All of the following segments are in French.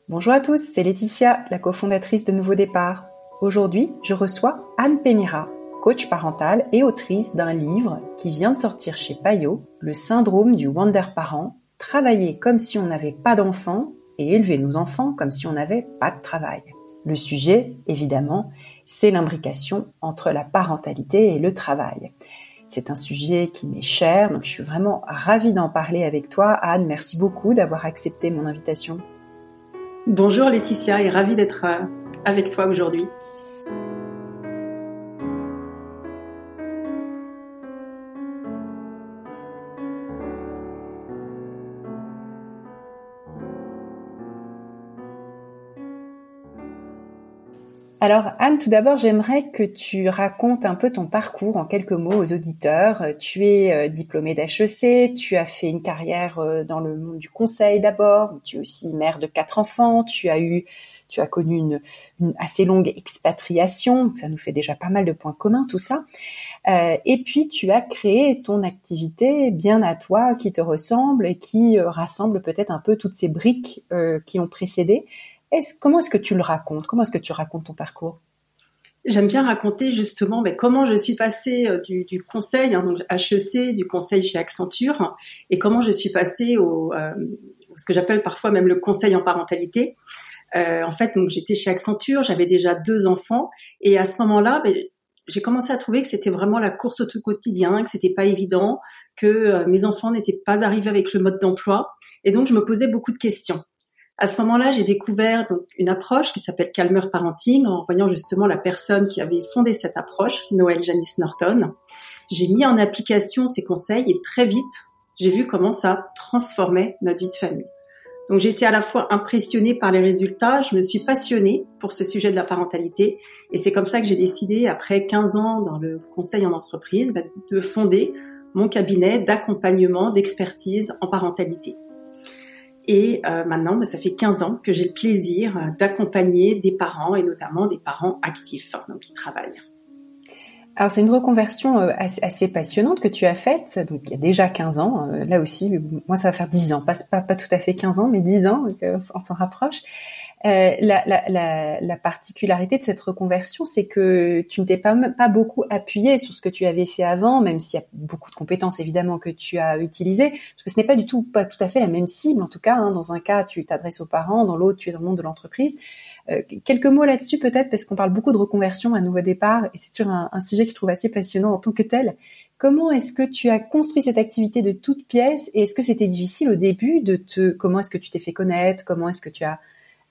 Bonjour à tous, c'est Laetitia, la cofondatrice de Nouveau Départ. Aujourd'hui, je reçois Anne Pémira, coach parentale et autrice d'un livre qui vient de sortir chez Payot, Le syndrome du Wonder Parent, travailler comme si on n'avait pas d'enfants et élever nos enfants comme si on n'avait pas de travail. Le sujet, évidemment, c'est l'imbrication entre la parentalité et le travail. C'est un sujet qui m'est cher, donc je suis vraiment ravie d'en parler avec toi. Anne, merci beaucoup d'avoir accepté mon invitation. Bonjour Laetitia et ravie d'être avec toi aujourd'hui. Alors Anne, tout d'abord, j'aimerais que tu racontes un peu ton parcours en quelques mots aux auditeurs. Tu es diplômée d'HEC, tu as fait une carrière dans le monde du conseil d'abord, tu es aussi mère de 4 enfants, tu as connu une assez longue expatriation, ça nous fait déjà pas mal de points communs tout ça. Et puis tu as créé ton activité bien à toi, qui te ressemble et qui rassemble peut-être un peu toutes ces briques qui ont précédé. Comment est-ce que tu le racontes? Comment est-ce que tu racontes ton parcours? J'aime bien raconter justement comment je suis passée du conseil, donc HEC, du conseil chez Accenture, et comment je suis passée au ce que j'appelle parfois même le conseil en parentalité. En fait, donc j'étais chez Accenture, j'avais déjà 2 enfants, et à ce moment-là, j'ai commencé à trouver que c'était vraiment la course au tout quotidien, que c'était pas évident, que mes enfants n'étaient pas arrivés avec le mode d'emploi, et donc je me posais beaucoup de questions. À ce moment-là, j'ai découvert donc une approche qui s'appelle Calmer Parenting, en voyant justement la personne qui avait fondé cette approche, Noël Janice Norton. J'ai mis en application ces conseils et très vite, j'ai vu comment ça transformait notre vie de famille. Donc j'ai été à la fois impressionnée par les résultats, je me suis passionnée pour ce sujet de la parentalité et c'est comme ça que j'ai décidé, après 15 ans dans le conseil en entreprise, de fonder mon cabinet d'accompagnement, d'expertise en parentalité. Et maintenant, ça fait 15 ans que j'ai le plaisir d'accompagner des parents et notamment des parents actifs, donc qui travaillent. Alors c'est une reconversion assez passionnante que tu as faite, donc il y a déjà 15 ans, là aussi, moi ça va faire 10 ans, pas tout à fait 15 ans, mais 10 ans, donc on s'en rapproche. La particularité de cette reconversion, c'est que tu ne t'es pas beaucoup appuyé sur ce que tu avais fait avant, même s'il y a beaucoup de compétences évidemment que tu as utilisées, parce que ce n'est pas tout à fait la même cible, en tout cas, dans un cas tu t'adresses aux parents, dans l'autre tu es dans le monde de l'entreprise. Quelques mots là-dessus peut-être, parce qu'on parle beaucoup de reconversion à Nouveau Départ, et c'est toujours un sujet que je trouve assez passionnant en tant que tel. Comment est-ce que tu as construit cette activité de toutes pièces, et est-ce que c'était difficile au début comment est-ce que tu t'es fait connaître, comment est-ce que tu as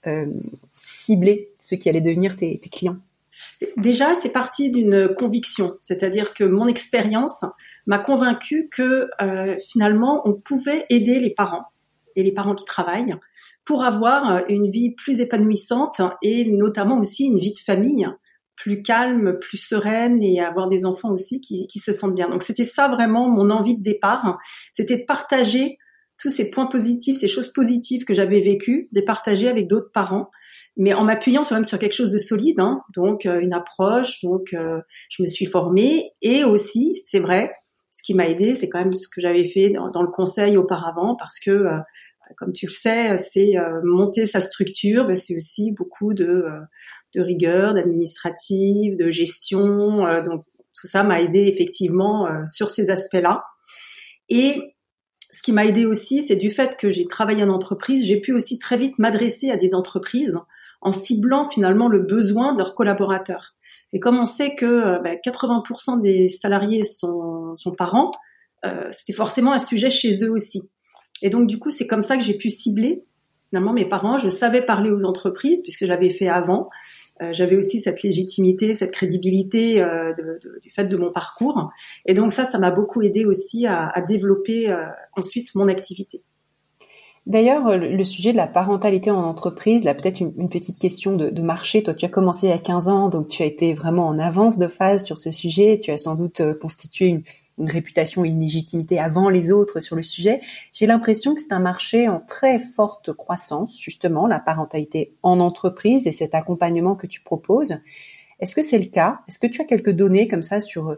ciblé ceux qui allaient devenir tes clients? Déjà, c'est parti d'une conviction, c'est-à-dire que mon expérience m'a convaincue que finalement, on pouvait aider les parents et les parents qui travaillent pour avoir une vie plus épanouissante et notamment aussi une vie de famille plus calme, plus sereine et avoir des enfants aussi qui se sentent bien. Donc c'était ça vraiment mon envie de départ, c'était de partager tous ces points positifs, ces choses positives que j'avais vécues, de les partager avec d'autres parents, mais en m'appuyant sur quelque chose de solide, donc une approche, donc je me suis formée et aussi, c'est vrai, ce qui m'a aidée, c'est quand même ce que j'avais fait dans le conseil auparavant, parce que comme tu le sais, c'est monter sa structure, c'est aussi beaucoup de rigueur, d'administrative, de gestion, donc tout ça m'a aidée effectivement sur ces aspects-là. Et ce qui m'a aidée aussi, c'est du fait que j'ai travaillé en entreprise, j'ai pu aussi très vite m'adresser à des entreprises en ciblant finalement le besoin de leurs collaborateurs. Et comme on sait que 80% des salariés sont parents, c'était forcément un sujet chez eux aussi. Et donc du coup, c'est comme ça que j'ai pu cibler finalement mes parents. Je savais parler aux entreprises puisque je l'avais fait avant. J'avais aussi cette légitimité, cette crédibilité du fait de mon parcours. Et donc ça m'a beaucoup aidé aussi à développer ensuite mon activité. D'ailleurs, le sujet de la parentalité en entreprise, là peut-être une petite question de marché. Toi, tu as commencé il y a 15 ans, donc tu as été vraiment en avance de phase sur ce sujet. Tu as sans doute constitué une réputation, une légitimité avant les autres sur le sujet. J'ai l'impression que c'est un marché en très forte croissance, justement, la parentalité en entreprise et cet accompagnement que tu proposes. Est-ce que c'est le cas? Est-ce que tu as quelques données comme ça sur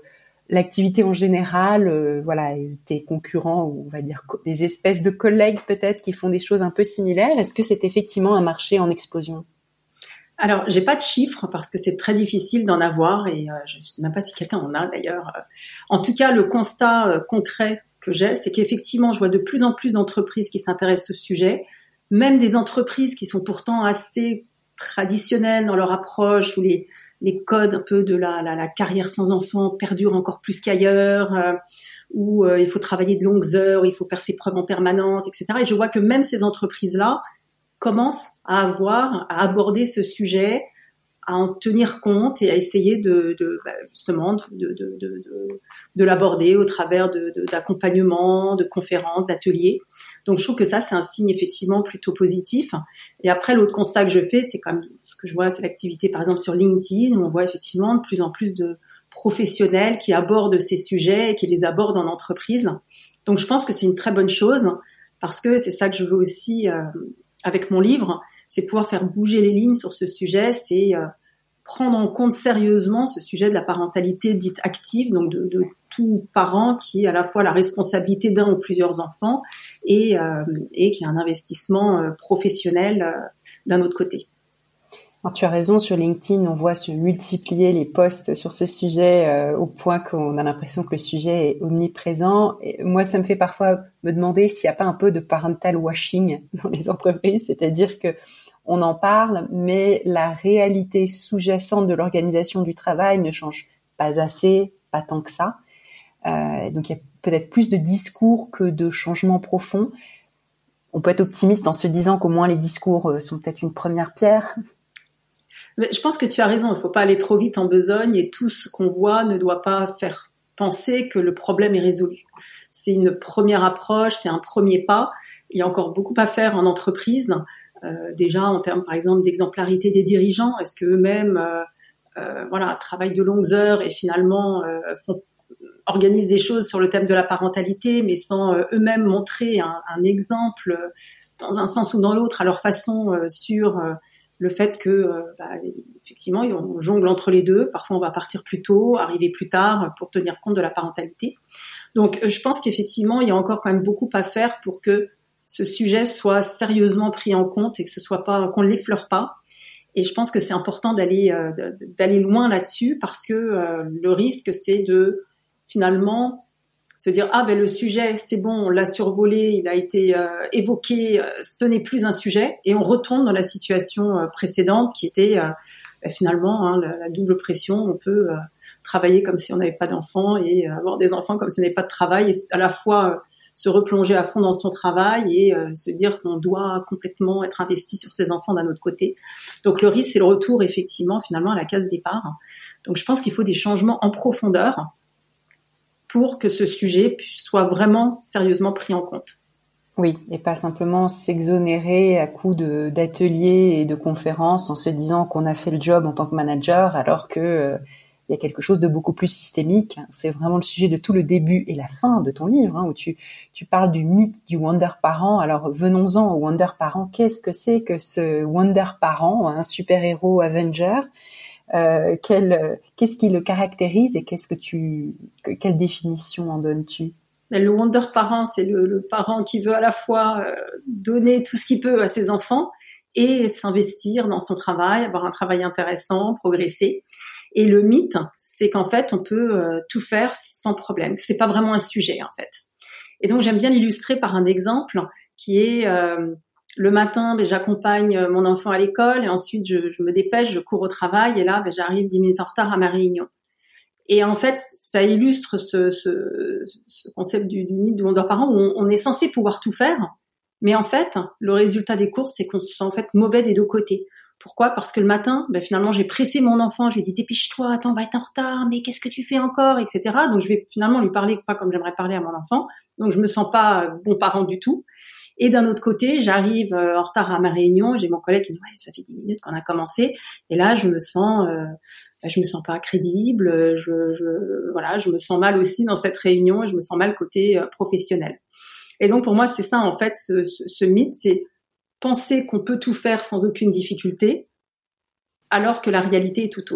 l'activité en général, voilà, tes concurrents ou on va dire des espèces de collègues peut-être qui font des choses un peu similaires, est-ce que c'est effectivement un marché en explosion? Alors, j'ai pas de chiffres parce que c'est très difficile d'en avoir et je sais même pas si quelqu'un en a d'ailleurs. En tout cas, le constat concret que j'ai, c'est qu'effectivement, je vois de plus en plus d'entreprises qui s'intéressent au sujet, même des entreprises qui sont pourtant assez traditionnelles dans leur approche, où les codes un peu de la carrière sans enfant perdurent encore plus qu'ailleurs, où il faut travailler de longues heures, il faut faire ses preuves en permanence, etc. Et je vois que même ces entreprises-là commencent à aborder ce sujet, à en tenir compte et à essayer justement de l'aborder au travers d'accompagnements, de conférences, d'ateliers. Donc je trouve que ça c'est un signe effectivement plutôt positif. Et après l'autre constat que je fais, c'est comme ce que je vois, c'est l'activité par exemple sur LinkedIn où on voit effectivement de plus en plus de professionnels qui abordent ces sujets et qui les abordent en entreprise. Donc je pense que c'est une très bonne chose parce que c'est ça que je veux aussi avec mon livre, c'est pouvoir faire bouger les lignes sur ce sujet, c'est prendre en compte sérieusement ce sujet de la parentalité dite active, donc de tout parent qui a à la fois la responsabilité d'un ou plusieurs enfants et qui a un investissement professionnel d'un autre côté. Alors, tu as raison, sur LinkedIn, on voit se multiplier les posts sur ce sujet au point qu'on a l'impression que le sujet est omniprésent. Et moi, ça me fait parfois me demander s'il n'y a pas un peu de parental washing dans les entreprises, c'est-à-dire que on en parle, mais la réalité sous-jacente de l'organisation du travail ne change pas assez, pas tant que ça. Donc, il y a peut-être plus de discours que de changements profonds. On peut être optimiste en se disant qu'au moins les discours sont peut-être une première pierre. Mais je pense que tu as raison, il ne faut pas aller trop vite en besogne et tout ce qu'on voit ne doit pas faire penser que le problème est résolu. C'est une première approche, c'est un premier pas. Il y a encore beaucoup à faire en entreprise. Déjà en termes par exemple d'exemplarité des dirigeants, est-ce que eux-mêmes travaillent de longues heures et finalement organisent des choses sur le thème de la parentalité mais sans eux-mêmes montrer un exemple dans un sens ou dans l'autre à leur façon sur le fait que effectivement on jongle entre les deux, parfois on va partir plus tôt, arriver plus tard pour tenir compte de la parentalité. Donc je pense qu'effectivement il y a encore quand même beaucoup à faire pour que ce sujet soit sérieusement pris en compte et que ce soit pas qu'on l'effleure pas. Et je pense que c'est important d'aller loin là-dessus parce que le risque c'est de finalement se dire le sujet c'est bon, on l'a survolé, il a été évoqué, ce n'est plus un sujet et on retourne dans la situation précédente qui était finalement la double pression. On peut travailler comme si on n'avait pas d'enfants et avoir des enfants comme si on n'avait pas de travail et à la fois se replonger à fond dans son travail et se dire qu'on doit complètement être investi sur ses enfants d'un autre côté. Donc le risque, c'est le retour effectivement finalement à la case départ. Donc je pense qu'il faut des changements en profondeur pour que ce sujet soit vraiment sérieusement pris en compte. Oui, et pas simplement s'exonérer à coup d'ateliers et de conférences en se disant qu'on a fait le job en tant que manager alors que il y a quelque chose de beaucoup plus systémique. C'est vraiment le sujet de tout le début et la fin de ton livre, où tu parles du mythe du Wonder Parent. Alors venons-en au Wonder Parent. Qu'est-ce que c'est que ce Wonder Parent, un super-héros Avenger? Qu'est-ce qui le caractérise et quelle définition en donnes-tu? Le Wonder Parent, c'est le parent qui veut à la fois donner tout ce qu'il peut à ses enfants et s'investir dans son travail, avoir un travail intéressant, progresser. Et le mythe, c'est qu'en fait, on peut tout faire sans problème. C'est pas vraiment un sujet, en fait. Et donc, j'aime bien l'illustrer par un exemple qui est le matin, j'accompagne mon enfant à l'école et ensuite je me dépêche, je cours au travail et là, j'arrive 10 minutes en retard à ma réunion. Et en fait, ça illustre ce concept du mythe du Wonder Parent où on est censé pouvoir tout faire, mais en fait, le résultat des courses, c'est qu'on se sent en fait mauvais des deux côtés. Pourquoi ? Parce que le matin, finalement, j'ai pressé mon enfant, je lui ai dit dépêche-toi, attends, on va être en retard, mais qu'est-ce que tu fais encore, etc. Donc je vais finalement lui parler pas comme j'aimerais parler à mon enfant. Donc je me sens pas bon parent du tout. Et d'un autre côté, j'arrive en retard à ma réunion, j'ai mon collègue qui me dit ça fait 10 minutes qu'on a commencé, et là je me sens pas crédible, je me sens mal aussi dans cette réunion et je me sens mal côté professionnel. Et donc pour moi c'est ça en fait ce mythe, c'est penser qu'on peut tout faire sans aucune difficulté, alors que la réalité est tout autre.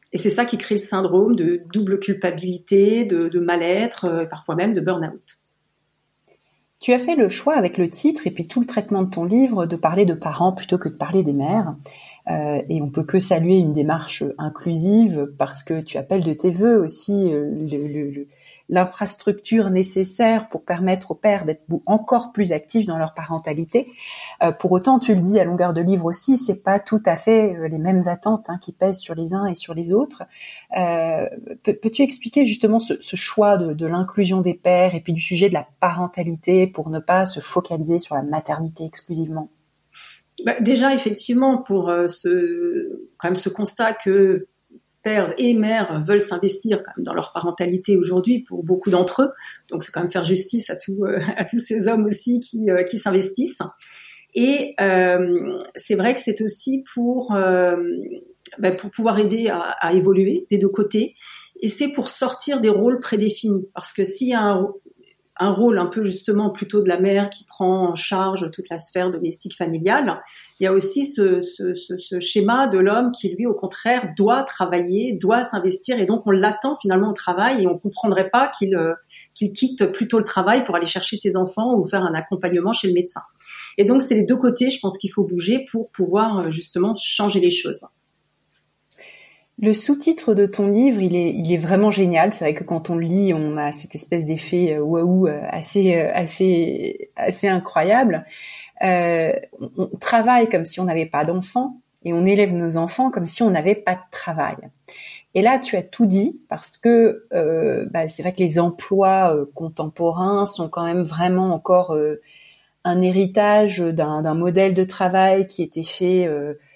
Et c'est ça qui crée le syndrome de double culpabilité, de mal-être, parfois même de burn-out. Tu as fait le choix avec le titre et puis tout le traitement de ton livre de parler de parents plutôt que de parler des mères. Et on peut que saluer une démarche inclusive parce que tu appelles de tes vœux aussi l'infrastructure nécessaire pour permettre aux pères d'être encore plus actifs dans leur parentalité. Pour autant, tu le dis à longueur de livre aussi, c'est pas tout à fait les mêmes attentes qui pèsent sur les uns et sur les autres. Peux-tu expliquer justement ce choix de l'inclusion des pères et puis du sujet de la parentalité pour ne pas se focaliser sur la maternité exclusivement? Déjà, effectivement, pour quand même ce constat que pères et mères veulent s'investir quand même dans leur parentalité aujourd'hui pour beaucoup d'entre eux. Donc, c'est quand même faire justice à tous ces hommes aussi qui s'investissent. Et c'est vrai que c'est aussi pour pouvoir aider à évoluer des deux côtés. Et c'est pour sortir des rôles prédéfinis. Parce que s'il y a un rôle un peu justement plutôt de la mère qui prend en charge toute la sphère domestique familiale, il y a aussi ce schéma de l'homme qui lui au contraire doit travailler, doit s'investir et donc on l'attend finalement au travail et on comprendrait pas qu'il quitte plutôt le travail pour aller chercher ses enfants ou faire un accompagnement chez le médecin. Et donc c'est les deux côtés, je pense qu'il faut bouger pour pouvoir justement changer les choses. Le sous-titre de ton livre, il est vraiment génial. C'est vrai que quand on le lit, on a cette espèce d'effet waouh assez incroyable. On travaille comme si on n'avait pas d'enfants et on élève nos enfants comme si on n'avait pas de travail. Et là, tu as tout dit parce que c'est vrai que les emplois contemporains sont quand même vraiment encore un héritage d'un modèle de travail qui était fait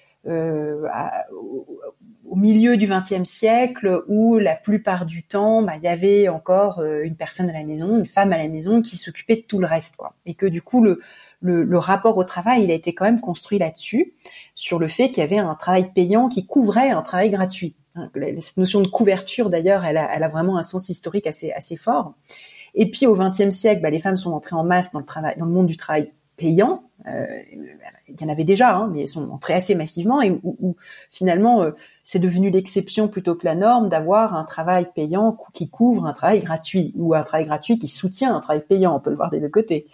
au milieu du XXe siècle, où la plupart du temps, il y avait encore une personne à la maison, une femme à la maison qui s'occupait de tout le reste, quoi. Et que du coup, le rapport au travail, il a été quand même construit là-dessus, sur le fait qu'il y avait un travail payant qui couvrait un travail gratuit. Cette notion de couverture, d'ailleurs, elle a vraiment un sens historique assez fort. Et puis, au XXe siècle, les femmes sont entrées en masse dans le monde du travail payant. Il y en avait déjà, mais elles sont entrées assez massivement et où finalement c'est devenu l'exception plutôt que la norme d'avoir un travail payant qui couvre un travail gratuit ou un travail gratuit qui soutient un travail payant. On peut le voir des deux côtés.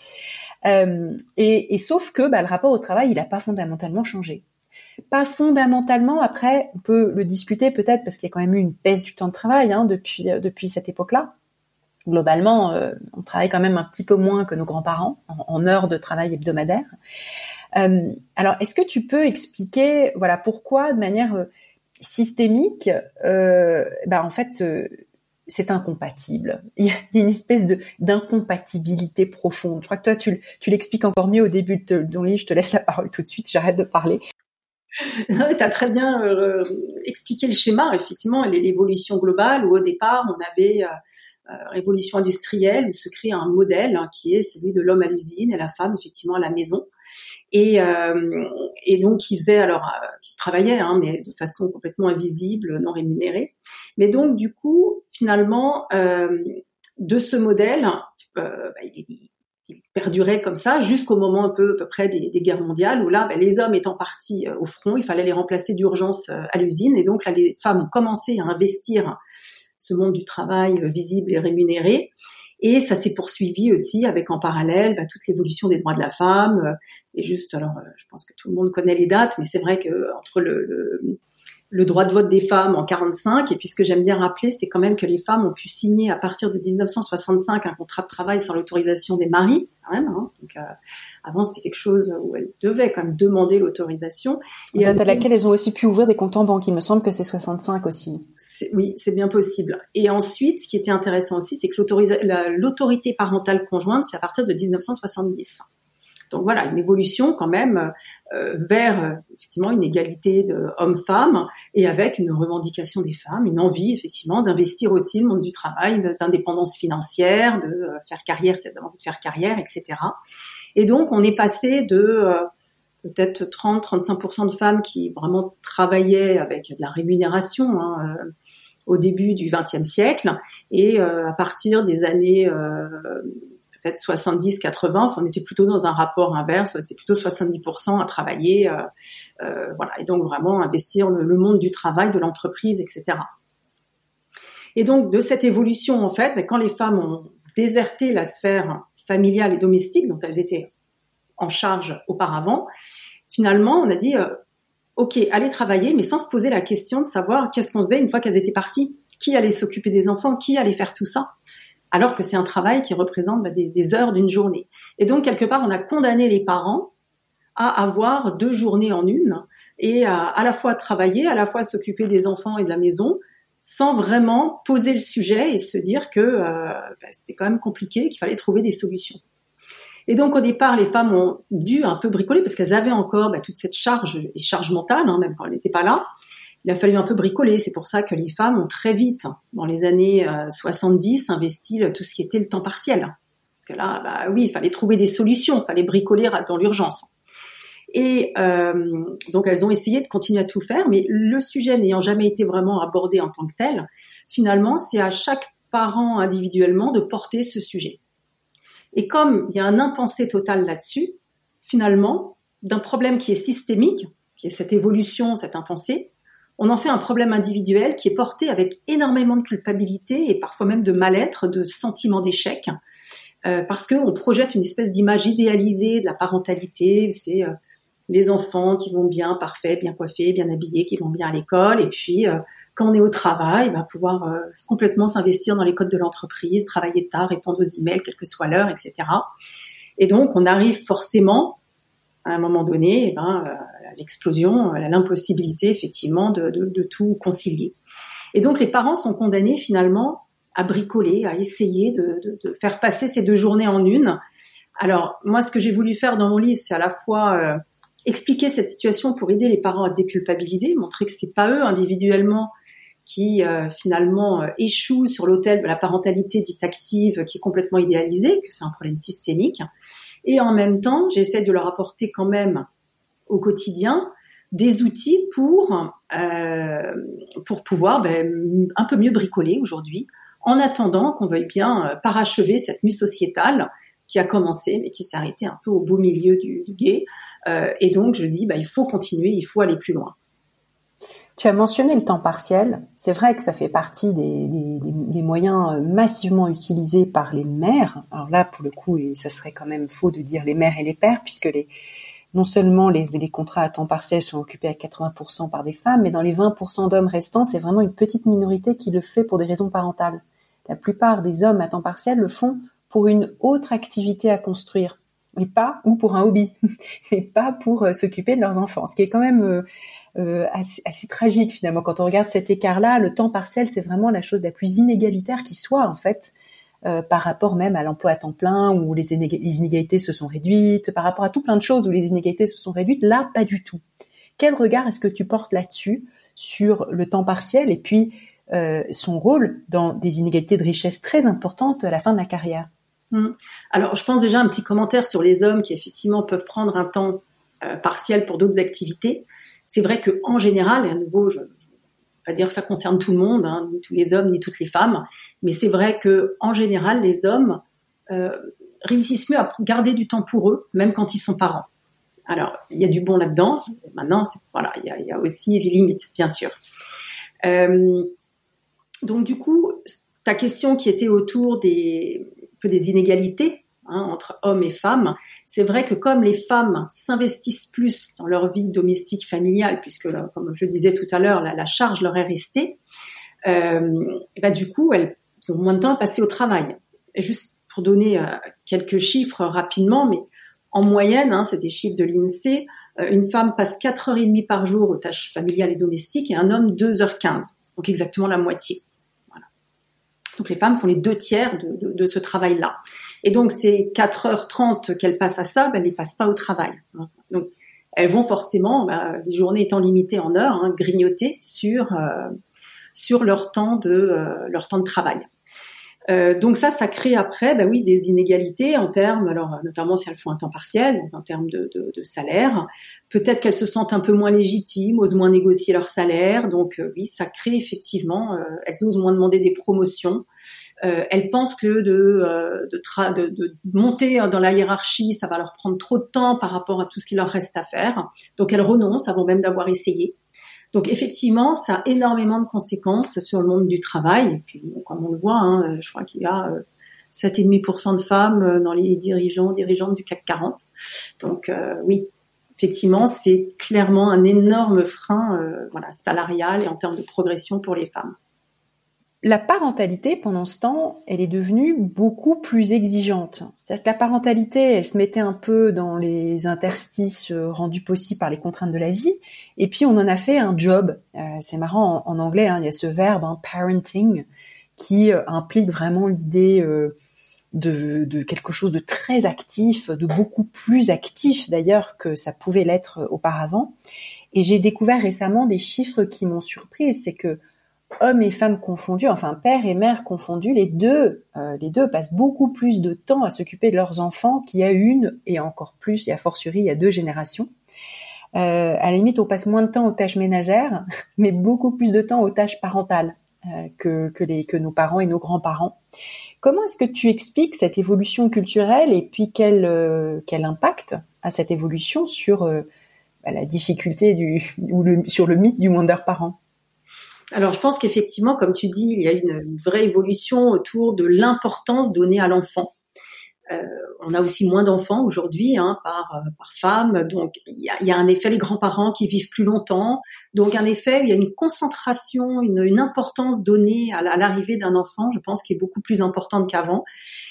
Et sauf que le rapport au travail, il n'a pas fondamentalement changé. Pas fondamentalement. Après, on peut le discuter peut-être parce qu'il y a quand même eu une baisse du temps de travail depuis cette époque-là. Globalement, on travaille quand même un petit peu moins que nos grands-parents en heures de travail hebdomadaire. Alors, est-ce que tu peux expliquer, pourquoi, de manière systémique, en fait, c'est incompatible. Il y a une espèce d'incompatibilité profonde. Je crois que toi, tu l'expliques encore mieux au début de ton livre. Je te laisse la parole tout de suite. J'arrête de parler. Tu as très bien expliqué le schéma, effectivement, l'évolution globale où au départ, on avait révolution industrielle où se crée un modèle qui est celui de l'homme à l'usine et la femme effectivement à la maison et donc qui travaillait mais de façon complètement invisible, non rémunérée. Mais donc du coup finalement de ce modèle il perdurait comme ça jusqu'au moment à peu près des guerres mondiales où là les hommes étant partis au front, il fallait les remplacer d'urgence à l'usine et donc là les femmes ont commencé à investir ce monde du travail visible et rémunéré. Et ça s'est poursuivi aussi avec en parallèle toute l'évolution des droits de la femme. Et juste, je pense que tout le monde connaît les dates, mais c'est vrai que entre le droit de vote des femmes en 45, et puis ce que j'aime bien rappeler, c'est quand même que les femmes ont pu signer à partir de 1965 un contrat de travail sans l'autorisation des maris, quand même. Donc, avant, c'était quelque chose où elles devaient quand même demander l'autorisation. Et à laquelle elles ont aussi pu ouvrir des comptes en banque. Il me semble que c'est 65 aussi. Oui, c'est bien possible. Et ensuite, ce qui était intéressant aussi, c'est que l'autorité parentale conjointe, c'est à partir de 1970. Donc voilà, une évolution quand même vers effectivement une égalité de hommes-femmes et avec une revendication des femmes, une envie effectivement d'investir aussi le monde du travail, d'indépendance financière, de faire carrière, cette envie de faire carrière, etc. Et donc on est passé de peut-être 30-35% de femmes qui vraiment travaillaient avec de la rémunération au début du XXe siècle et à partir des années peut-être 70-80. Enfin, on était plutôt dans un rapport inverse. C'était plutôt 70% à travailler, voilà. Et donc vraiment investir le monde du travail, de l'entreprise, etc. Et donc de cette évolution, en fait, quand les femmes ont déserté la sphère familiale et domestique dont elles étaient en charge auparavant, finalement, on a dit ok, allez travailler, mais sans se poser la question de savoir qu'est-ce qu'on faisait une fois qu'elles étaient parties. Qui allait s'occuper des enfants? Qui allait faire tout ça? Alors que c'est un travail qui représente des heures d'une journée. Et donc, quelque part, on a condamné les parents à avoir 2 journées en une et à la fois travailler, à la fois s'occuper des enfants et de la maison, sans vraiment poser le sujet et se dire que c'était quand même compliqué, qu'il fallait trouver des solutions. Et donc, au départ, les femmes ont dû un peu bricoler parce qu'elles avaient encore toute cette charge mentale, même quand elles n'étaient pas là. Il a fallu un peu bricoler. C'est pour ça que les femmes ont très vite, dans les années 70, investi tout ce qui était le temps partiel. Parce que là, oui, il fallait trouver des solutions, il fallait bricoler dans l'urgence. Et donc, elles ont essayé de continuer à tout faire, mais le sujet n'ayant jamais été vraiment abordé en tant que tel, finalement, c'est à chaque parent individuellement de porter ce sujet. Et comme il y a un impensé total là-dessus, finalement, d'un problème qui est systémique, qui est cette évolution, cet impensé, on en fait un problème individuel qui est porté avec énormément de culpabilité et parfois même de mal-être, de sentiment d'échec, parce qu'on projette une espèce d'image idéalisée de la parentalité, c'est les enfants qui vont bien, parfaits, bien coiffés, bien habillés, qui vont bien à l'école, et puis quand on est au travail, pouvoir complètement s'investir dans les codes de l'entreprise, travailler tard, répondre aux emails, quelle que soit l'heure, etc. Et donc, on arrive forcément, à un moment donné, à l'explosion, à l'impossibilité, effectivement, de tout concilier. Et donc, les parents sont condamnés, finalement, à bricoler, à essayer de faire passer ces 2 journées en une. Alors, moi, ce que j'ai voulu faire dans mon livre, c'est à la fois expliquer cette situation pour aider les parents à déculpabiliser, montrer que c'est pas eux, individuellement, qui finalement échouent sur l'autel de la parentalité dite active qui est complètement idéalisée, que c'est un problème systémique. Et en même temps, j'essaie de leur apporter quand même au quotidien des outils pour pouvoir un peu mieux bricoler aujourd'hui, en attendant qu'on veuille bien parachever cette mue sociétale qui a commencé mais qui s'est arrêtée un peu au beau milieu du gué. Et donc je dis il faut continuer, il faut aller plus loin. Tu as mentionné le temps partiel. C'est vrai que ça fait partie des moyens massivement utilisés par les mères. Alors là, pour le coup, et ça serait quand même faux de dire les mères et les pères, puisque non seulement les contrats à temps partiel sont occupés à 80% par des femmes, mais dans les 20% d'hommes restants, c'est vraiment une petite minorité qui le fait pour des raisons parentales. La plupart des hommes à temps partiel le font pour une autre activité à construire, ou pour un hobby, mais pas pour s'occuper de leurs enfants. Ce qui est quand même assez tragique finalement quand on regarde cet écart-là. Le temps partiel, c'est vraiment la chose la plus inégalitaire qui soit en fait, par rapport même à l'emploi à temps plein où les inégalités se sont réduites, par rapport à tout plein de choses où les inégalités se sont réduites. Là, pas du tout. Quel regard est-ce que tu portes là-dessus, sur le temps partiel et puis son rôle dans des inégalités de richesse très importantes à la fin de la carrière? Alors, je pense déjà un petit commentaire sur les hommes qui effectivement peuvent prendre un temps partiel pour d'autres activités. C'est vrai que en général, et à nouveau, je ne vais pas dire que ça concerne tout le monde, ni tous les hommes, ni toutes les femmes, mais c'est vrai que en général, les hommes réussissent mieux à garder du temps pour eux, même quand ils sont parents. Alors, il y a du bon là-dedans. Maintenant, il y a aussi les limites, bien sûr. Donc, du coup, ta question qui était autour des inégalités entre hommes et femmes, c'est vrai que comme les femmes s'investissent plus dans leur vie domestique familiale, puisque comme je le disais tout à l'heure, la charge leur est restée, du coup elles ont moins de temps à passer au travail. Et juste pour donner quelques chiffres rapidement, mais en moyenne, c'est des chiffres de l'INSEE, une femme passe 4h30 par jour aux tâches familiales et domestiques et un homme 2h15, donc exactement la moitié. Voilà. Donc les femmes font les 2/3 de ce travail-là. Et donc, ces 4h30 qu'elles passent à ça, elles ne les passent pas au travail. Donc, elles vont forcément, les journées étant limitées en heures, grignoter sur leur temps de travail. Donc ça crée après, des inégalités en termes, alors notamment si elles font un temps partiel, donc en termes de salaire. Peut-être qu'elles se sentent un peu moins légitimes, osent moins négocier leur salaire. Donc oui, ça crée effectivement, elles osent moins demander des promotions. elles pensent que de monter dans la hiérarchie, ça va leur prendre trop de temps par rapport à tout ce qu'il leur reste à faire. Donc elles renoncent avant même d'avoir essayé. Donc effectivement, ça a énormément de conséquences sur le monde du travail. Et puis, comme on le voit, je crois qu'il y a 7,5% de femmes dans les dirigeantes du CAC 40. Donc oui, effectivement, c'est clairement un énorme frein salarial et en termes de progression pour les femmes. La parentalité, pendant ce temps, elle est devenue beaucoup plus exigeante. C'est-à-dire que la parentalité, elle se mettait un peu dans les interstices rendus possibles par les contraintes de la vie, et puis on en a fait un job. C'est marrant, en anglais, il y a ce verbe, parenting, qui implique vraiment l'idée de quelque chose de très actif, de beaucoup plus actif d'ailleurs que ça pouvait l'être auparavant. Et j'ai découvert récemment des chiffres qui m'ont surprise, c'est que hommes et femmes confondus, enfin père et mère confondus, les deux passent beaucoup plus de temps à s'occuper de leurs enfants qu'il y a une, et encore plus, et a fortiori, il y a 2 générations. À la limite, on passe moins de temps aux tâches ménagères, mais beaucoup plus de temps aux tâches parentales que nos parents et nos grands-parents. Comment est-ce que tu expliques cette évolution culturelle et puis quel impact a cette évolution sur la difficulté sur le mythe du wonder parent? Alors, je pense qu'effectivement, comme tu dis, il y a une vraie évolution autour de l'importance donnée à l'enfant. On a aussi moins d'enfants aujourd'hui par femme, donc il y a un effet, les grands-parents qui vivent plus longtemps, donc un effet, il y a une concentration, une importance donnée à l'arrivée d'un enfant, je pense, qui est beaucoup plus importante qu'avant,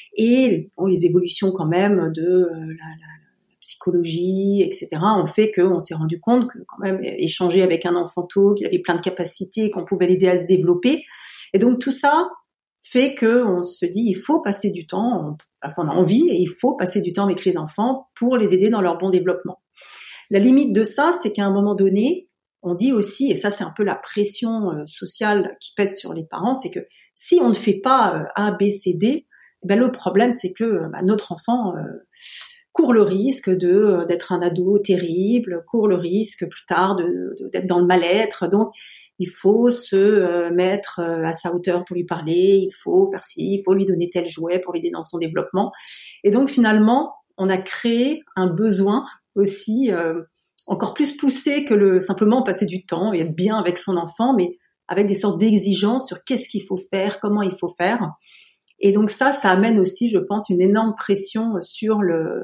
et les évolutions quand même de la psychologie, etc., ont fait qu'on s'est rendu compte que quand même échanger avec un enfant tôt, qu'il avait plein de capacités, qu'on pouvait l'aider à se développer, et donc tout ça fait qu'on se dit il faut passer du temps, on a envie et il faut passer du temps avec les enfants pour les aider dans leur bon développement. La limite de ça, c'est qu'à un moment donné, on dit aussi, et ça c'est un peu la pression sociale qui pèse sur les parents, c'est que si on ne fait pas A, B, C, D, le problème c'est que notre enfant court le risque d'être un ado terrible, court le risque plus tard d'être dans le mal-être. Donc il faut se mettre à sa hauteur pour lui parler, il faut faire ci, il faut lui donner tel jouet pour l'aider dans son développement. Et donc finalement, on a créé un besoin aussi encore plus poussé que simplement passer du temps et être bien avec son enfant, mais avec des sortes d'exigences sur qu'est-ce qu'il faut faire, comment il faut faire. Et donc ça amène aussi, je pense, une énorme pression sur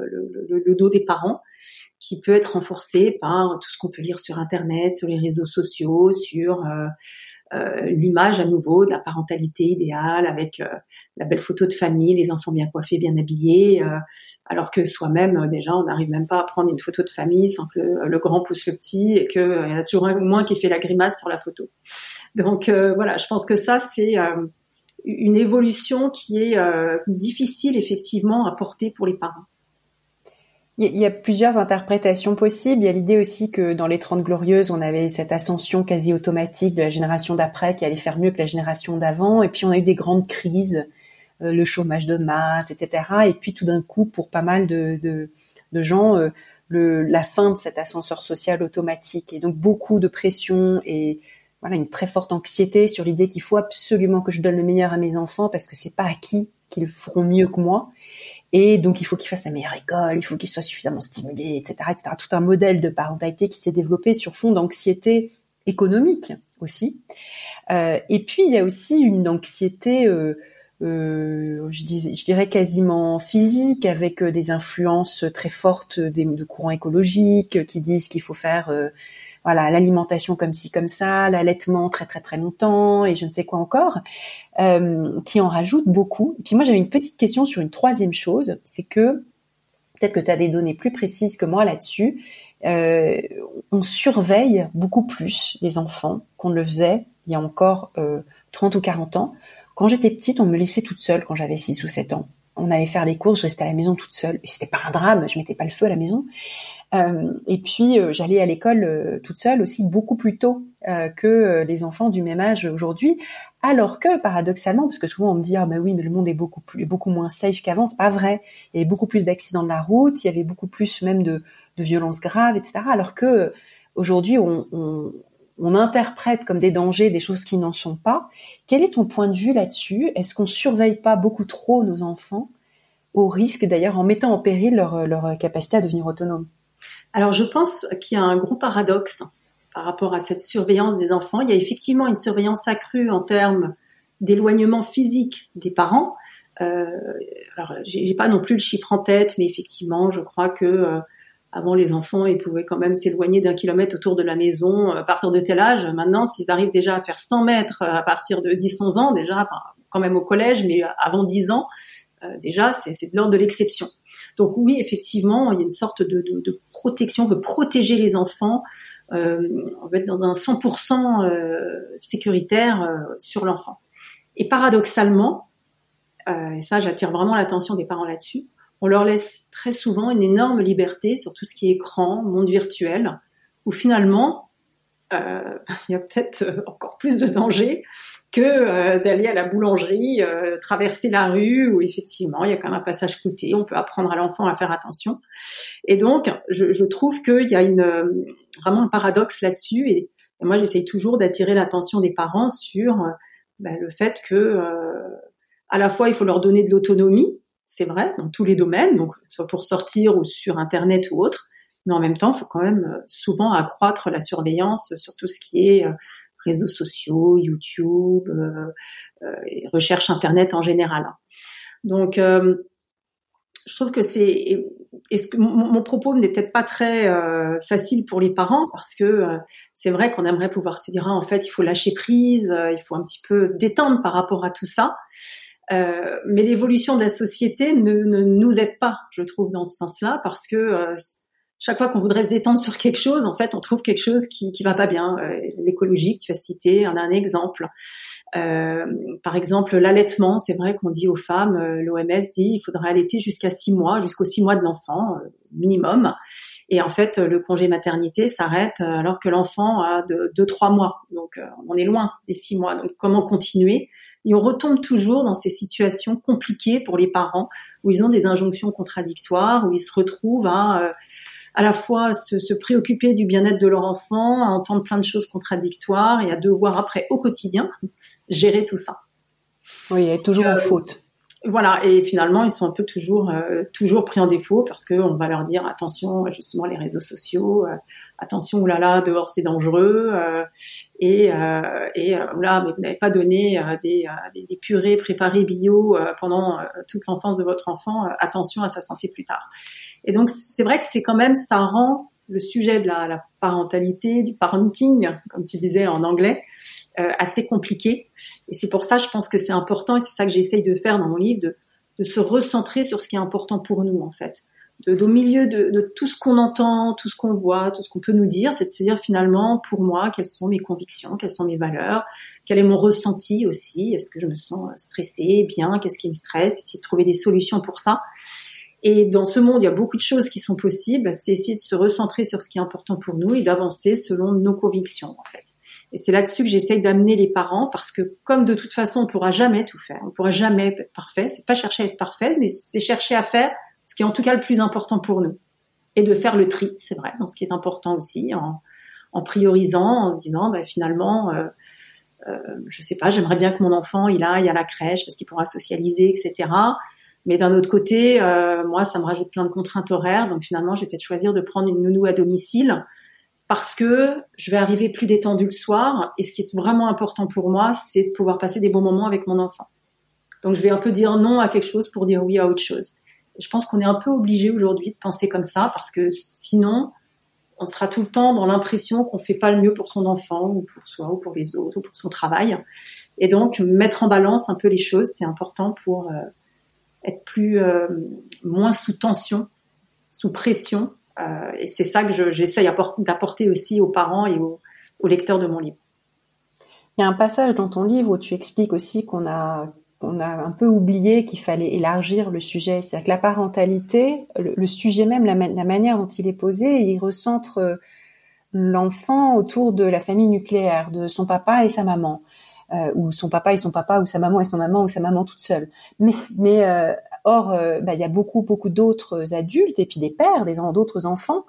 le dos des parents, qui peut être renforcée par tout ce qu'on peut lire sur Internet, sur les réseaux sociaux, sur l'image à nouveau de la parentalité idéale avec la belle photo de famille, les enfants bien coiffés, bien habillés, alors que soi-même, déjà, on n'arrive même pas à prendre une photo de famille sans que le grand pousse le petit et qu'il y en a toujours un ou moins qui fait la grimace sur la photo. Donc voilà, je pense que ça, c'est une évolution qui est difficile effectivement à porter pour les parents. Il y a plusieurs interprétations possibles. Il y a l'idée aussi que dans les 30 Glorieuses, on avait cette ascension quasi automatique de la génération d'après qui allait faire mieux que la génération d'avant. Et puis on a eu des grandes crises, le chômage de masse, etc. Et puis tout d'un coup, pour pas mal de gens, la fin de cet ascenseur social automatique. Et donc beaucoup de pression et voilà, une très forte anxiété sur l'idée qu'il faut absolument que je donne le meilleur à mes enfants parce que c'est pas acquis qu'ils feront mieux que moi. Et donc, il faut qu'ils fassent la meilleure école, il faut qu'ils soient suffisamment stimulés, etc., etc. Tout un modèle de parentalité qui s'est développé sur fond d'anxiété économique aussi. Et puis, il y a aussi une anxiété, je dirais quasiment physique, avec des influences très fortes de courants écologiques qui disent qu'il faut faire l'alimentation comme ci, comme ça, l'allaitement très, très, très longtemps et je ne sais quoi encore, qui en rajoute beaucoup. Et puis moi, j'avais une petite question sur une troisième chose, c'est que, peut-être que tu as des données plus précises que moi là-dessus, on surveille beaucoup plus les enfants qu'on ne le faisait il y a encore 30 ou 40 ans. Quand j'étais petite, on me laissait toute seule quand j'avais 6 ou 7 ans. On allait faire les courses, je restais à la maison toute seule. Et c'était pas un drame, je mettais pas le feu à la maison. Et puis j'allais à l'école toute seule aussi beaucoup plus tôt que les enfants du même âge aujourd'hui, alors que paradoxalement, parce que souvent on me dit mais le monde est beaucoup moins safe qu'avant, c'est pas vrai. Il y avait beaucoup plus d'accidents de la route, il y avait beaucoup plus même de violences graves, etc. Alors que aujourd'hui on on interprète comme des dangers des choses qui n'en sont pas. Quel est ton point de vue là-dessus? Est-ce qu'on surveille pas beaucoup trop nos enfants, au risque d'ailleurs en mettant en péril leur capacité à devenir autonomes? Alors je pense qu'il y a un gros paradoxe par rapport à cette surveillance des enfants. Il y a effectivement une surveillance accrue en termes d'éloignement physique des parents. Alors j'ai pas non plus le chiffre en tête, mais effectivement, je crois que avant les enfants, ils pouvaient quand même s'éloigner d'1 kilomètre autour de la maison à partir de tel âge. Maintenant, s'ils arrivent déjà à faire 100 mètres à partir de 10-11 ans, déjà, enfin quand même au collège, mais avant 10 ans, déjà c'est de l'ordre de l'exception. Donc oui, effectivement, il y a une sorte de protection, on veut protéger les enfants, on veut être dans un 100% sécuritaire sur l'enfant. Et paradoxalement, et ça j'attire vraiment l'attention des parents là-dessus, on leur laisse très souvent une énorme liberté sur tout ce qui est écran, monde virtuel, où finalement, il y a peut-être encore plus de danger que d'aller à la boulangerie, traverser la rue, où effectivement, il y a quand même un passage clouté, on peut apprendre à l'enfant à faire attention. Et donc, je trouve qu'il y a vraiment un paradoxe là-dessus, et moi, j'essaye toujours d'attirer l'attention des parents sur le fait que, à la fois, il faut leur donner de l'autonomie, c'est vrai, dans tous les domaines, donc soit pour sortir ou sur Internet ou autre, mais en même temps, il faut quand même souvent accroître la surveillance sur tout ce qui est réseaux sociaux, YouTube, et recherche Internet en général. Donc, je trouve que mon propos n'est peut-être pas très facile pour les parents, parce que c'est vrai qu'on aimerait pouvoir se dire, en fait, il faut lâcher prise, il faut un petit peu se détendre par rapport à tout ça. Mais l'évolution de la société ne nous aide pas, je trouve, dans ce sens-là, parce que chaque fois qu'on voudrait se détendre sur quelque chose, en fait, on trouve quelque chose qui va pas bien. L'écologie, tu as cité, on a un exemple. Par exemple, l'allaitement, c'est vrai qu'on dit aux femmes, l'OMS dit, il faudrait allaiter jusqu'à 6 mois, jusqu'aux 6 mois de l'enfant, minimum. Et en fait, le congé maternité s'arrête alors que l'enfant a 2-3 mois. Donc, on est loin des 6 mois. Donc, comment continuer? Et on retombe toujours dans ces situations compliquées pour les parents, où ils ont des injonctions contradictoires, où ils se retrouvent à la fois se préoccuper du bien-être de leur enfant, à entendre plein de choses contradictoires et à devoir après au quotidien gérer tout ça. Oui, il est toujours en faute. Voilà, et finalement ils sont un peu toujours pris en défaut, parce que on va leur dire attention, justement les réseaux sociaux, attention, oulala, dehors c'est dangereux, oula, mais vous n'avez pas donné des purées préparées bio pendant toute l'enfance de votre enfant, attention à sa santé plus tard. Et donc c'est vrai que c'est quand même, ça rend le sujet de la parentalité, du parenting, comme tu disais en anglais, assez compliqué. Et c'est pour ça, je pense que c'est important, et c'est ça que j'essaye de faire dans mon livre, de se recentrer sur ce qui est important pour nous, en fait. Au milieu de tout ce qu'on entend, tout ce qu'on voit, tout ce qu'on peut nous dire, c'est de se dire finalement, pour moi, quelles sont mes convictions, quelles sont mes valeurs, quel est mon ressenti aussi, est-ce que je me sens stressée, bien, qu'est-ce qui me stresse, essayer de trouver des solutions pour ça. Et dans ce monde, il y a beaucoup de choses qui sont possibles, c'est essayer de se recentrer sur ce qui est important pour nous et d'avancer selon nos convictions, en fait. Et c'est là-dessus que j'essaye d'amener les parents, parce que comme de toute façon, on pourra jamais tout faire, on pourra jamais être parfait, c'est pas chercher à être parfait, mais c'est chercher à faire ce qui est en tout cas le plus important pour nous. Et de faire le tri, c'est vrai, dans ce qui est important aussi, en priorisant, en se disant, finalement, je sais pas, j'aimerais bien que mon enfant, il aille à la crèche parce qu'il pourra socialiser, etc. Mais d'un autre côté, moi, ça me rajoute plein de contraintes horaires, donc finalement, je vais peut-être choisir de prendre une nounou à domicile, parce que je vais arriver plus détendue le soir, et ce qui est vraiment important pour moi, c'est de pouvoir passer des bons moments avec mon enfant. Donc je vais un peu dire non à quelque chose pour dire oui à autre chose. Et je pense qu'on est un peu obligé aujourd'hui de penser comme ça, parce que sinon, on sera tout le temps dans l'impression qu'on fait pas le mieux pour son enfant, ou pour soi, ou pour les autres, ou pour son travail. Et donc, mettre en balance un peu les choses, c'est important pour être moins sous tension, sous pression. Et c'est ça que j'essaye d'apporter aussi aux parents et aux lecteurs de mon livre. Il y a un passage dans ton livre où tu expliques aussi qu'on a un peu oublié qu'il fallait élargir le sujet. C'est-à-dire que la parentalité, le sujet même, la manière dont il est posé, il recentre l'enfant autour de la famille nucléaire, de son papa et sa maman, ou son papa et son papa, ou sa maman et son maman, ou sa maman toute seule. Or, il y a beaucoup d'autres adultes et puis des pères, d'autres enfants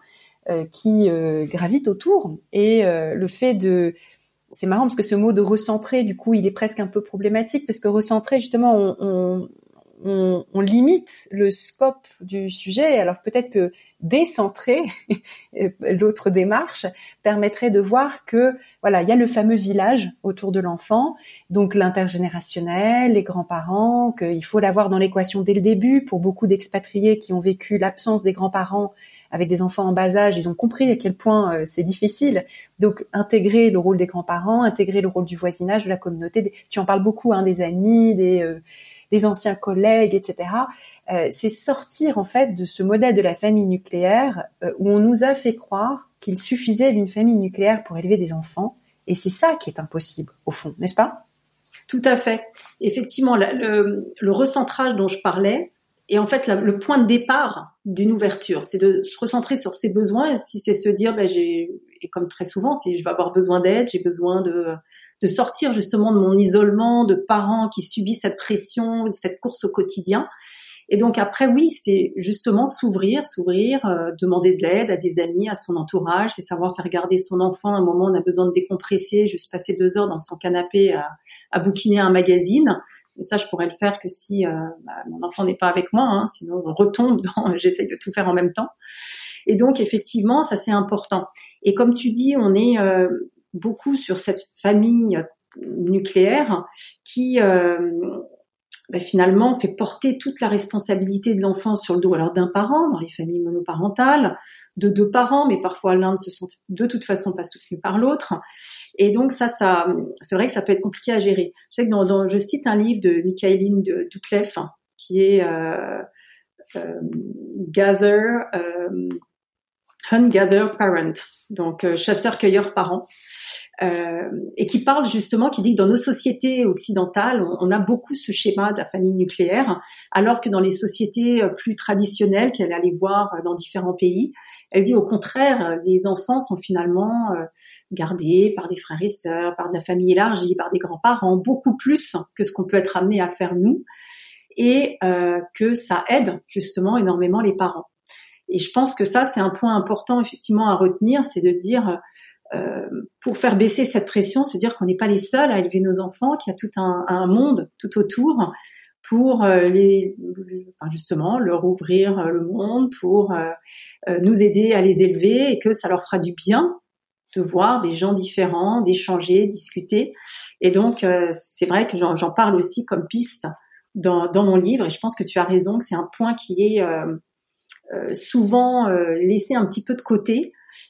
qui gravitent autour. Et le fait c'est marrant parce que ce mot de recentrer, du coup, il est presque un peu problématique parce que recentrer, justement, on limite le scope du sujet. Alors peut-être que décentrer, l'autre démarche, permettrait de voir que voilà, il y a le fameux village autour de l'enfant, donc l'intergénérationnel, les grands-parents, qu'il faut l'avoir dans l'équation dès le début. Pour beaucoup d'expatriés qui ont vécu l'absence des grands-parents avec des enfants en bas âge, ils ont compris à quel point c'est difficile. Donc intégrer le rôle des grands-parents, intégrer le rôle du voisinage, de la communauté. Tu en parles beaucoup, des amis, des anciens collègues, etc. C'est sortir en fait de ce modèle de la famille nucléaire où on nous a fait croire qu'il suffisait d'une famille nucléaire pour élever des enfants, et c'est ça qui est impossible au fond, n'est-ce pas? Tout à fait. Effectivement, le recentrage dont je parlais est en fait le point de départ d'une ouverture. C'est de se recentrer sur ses besoins, et si c'est se dire, et comme très souvent, si je vais avoir besoin d'aide, j'ai besoin de sortir justement de mon isolement de parents qui subissent cette pression, cette course au quotidien. Et donc après, oui, c'est justement s'ouvrir, demander de l'aide à des amis, à son entourage, c'est savoir faire garder son enfant à un moment où on a besoin de décompresser, juste passer 2 heures dans son canapé à bouquiner un magazine. Et ça, je pourrais le faire que si mon enfant n'est pas avec moi, sinon on retombe dans j'essaye de tout faire en même temps. Et donc effectivement, ça c'est important. Et comme tu dis, on est beaucoup sur cette famille nucléaire qui finalement fait porter toute la responsabilité de l'enfant sur le dos alors d'un parent dans les familles monoparentales, de 2 parents, mais parfois l'un ne se sent de toute façon pas soutenu par l'autre. Et donc ça c'est vrai que ça peut être compliqué à gérer. Je sais que je cite un livre de Michaeline Doucleff qui est Hunt Gather Parent, donc chasseur-cueilleur parent. Et qui parle justement, qui dit que dans nos sociétés occidentales, on a beaucoup ce schéma de la famille nucléaire, alors que dans les sociétés plus traditionnelles qu'elle allait voir dans différents pays, elle dit au contraire, les enfants sont finalement gardés par des frères et sœurs, par de la famille élargie, par des grands-parents, beaucoup plus que ce qu'on peut être amené à faire nous, et que ça aide justement énormément les parents. Et je pense que ça, c'est un point important effectivement à retenir, c'est de dire pour faire baisser cette pression, se dire qu'on n'est pas les seuls à élever nos enfants, qu'il y a tout un monde tout autour pour justement leur ouvrir le monde, pour nous aider à les élever, et que ça leur fera du bien de voir des gens différents, d'échanger, discuter. Et donc c'est vrai que j'en parle aussi comme piste dans mon livre, et je pense que tu as raison, que c'est un point qui est souvent laissé un petit peu de côté.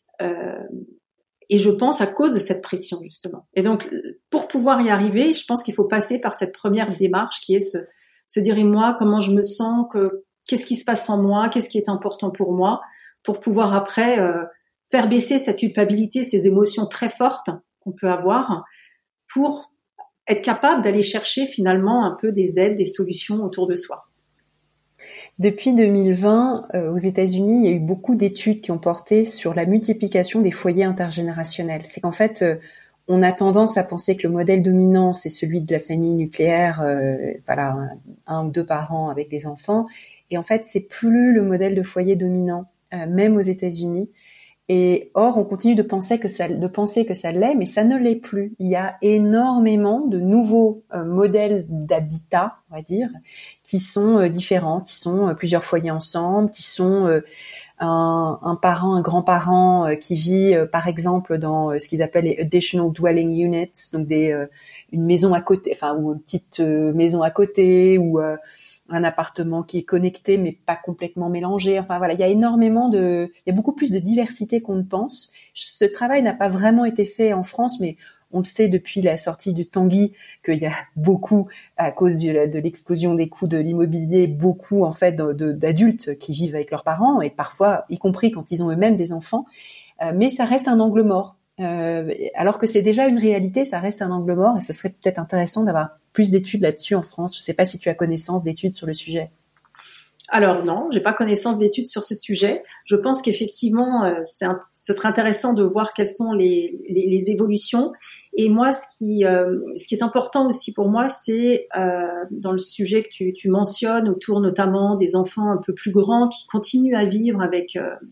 Et je pense à cause de cette pression, justement. Et donc, pour pouvoir y arriver, je pense qu'il faut passer par cette première démarche qui est se dire, et moi, comment je me sens, qu'est-ce qui se passe en moi, qu'est-ce qui est important pour moi, pour pouvoir après faire baisser cette culpabilité, ces émotions très fortes qu'on peut avoir, pour être capable d'aller chercher finalement un peu des aides, des solutions autour de soi. Depuis 2020, aux États-Unis, il y a eu beaucoup d'études qui ont porté sur la multiplication des foyers intergénérationnels. C'est qu'en fait, on a tendance à penser que le modèle dominant, c'est celui de la famille nucléaire, un ou 2 parents avec des enfants. Et en fait, c'est plus le modèle de foyer dominant, même aux États-Unis. Et or, on continue de penser que ça l'est, mais ça ne l'est plus. Il y a énormément de nouveaux modèles d'habitat, on va dire, qui sont différents, qui sont plusieurs foyers ensemble, qui sont un parent, un grand-parent qui vit, par exemple, dans ce qu'ils appellent les additional dwelling units, donc une maison à côté, ou une petite maison à côté, ou un appartement qui est connecté mais pas complètement mélangé. Il y a beaucoup plus de diversité qu'on ne pense. Ce travail n'a pas vraiment été fait en France, mais on le sait depuis la sortie du Tanguy qu'il y a beaucoup, à cause de l'explosion des coûts de l'immobilier, beaucoup en fait d'adultes qui vivent avec leurs parents, et parfois, y compris quand ils ont eux-mêmes des enfants. Mais ça reste un angle mort. Alors que c'est déjà une réalité, ça reste un angle mort, et ce serait peut-être intéressant d'avoir plus d'études là-dessus en France. Je ne sais pas si tu as connaissance d'études sur le sujet. Alors non, j'ai pas connaissance d'études sur ce sujet. Je pense qu'effectivement, ce serait intéressant de voir quelles sont les évolutions. Et moi, ce qui est important aussi pour moi, c'est dans le sujet que tu mentionnes, autour notamment des enfants un peu plus grands qui continuent à vivre avec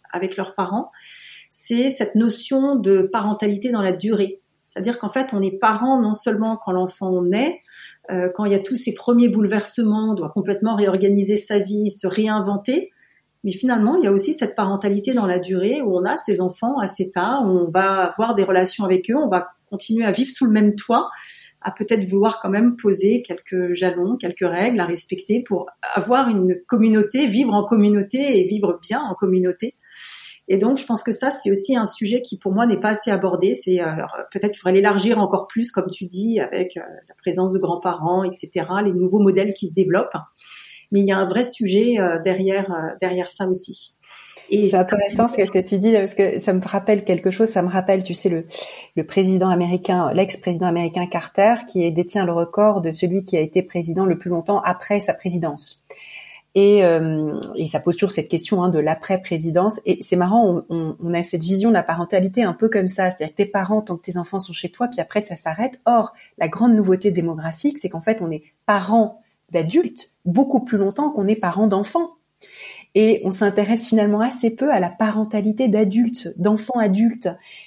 avec leurs parents, c'est cette notion de parentalité dans la durée. C'est-à-dire qu'en fait, on est parent non seulement quand l'enfant naît, quand il y a tous ces premiers bouleversements, on doit complètement réorganiser sa vie, se réinventer, mais finalement, il y a aussi cette parentalité dans la durée où on a ces enfants à cet âge, où on va avoir des relations avec eux, on va continuer à vivre sous le même toit, à peut-être vouloir quand même poser quelques jalons, quelques règles à respecter pour avoir une communauté, vivre en communauté et vivre bien en communauté. Et donc, je pense que ça, c'est aussi un sujet qui, pour moi, n'est pas assez abordé. C'est alors peut-être qu'il faudrait l'élargir encore plus, comme tu dis, avec la présence de grands-parents, etc., les nouveaux modèles qui se développent. Mais il y a un vrai sujet derrière ça aussi. Et c'est intéressant ce que tu dis, parce que ça me rappelle quelque chose. Ça me rappelle, tu sais, le président américain, l'ex-président américain Carter, qui détient le record de celui qui a été président le plus longtemps après sa présidence. Et ça pose toujours cette question de l'après-présidence. Et c'est marrant, on a cette vision de la parentalité un peu comme ça. C'est-à-dire que t'es parent tant que tes enfants sont chez toi, puis après ça s'arrête. Or, la grande nouveauté démographique, c'est qu'en fait, on est parents d'adultes beaucoup plus longtemps qu'on est parents d'enfants. Et on s'intéresse finalement assez peu à la parentalité d'adultes, d'enfants adultes.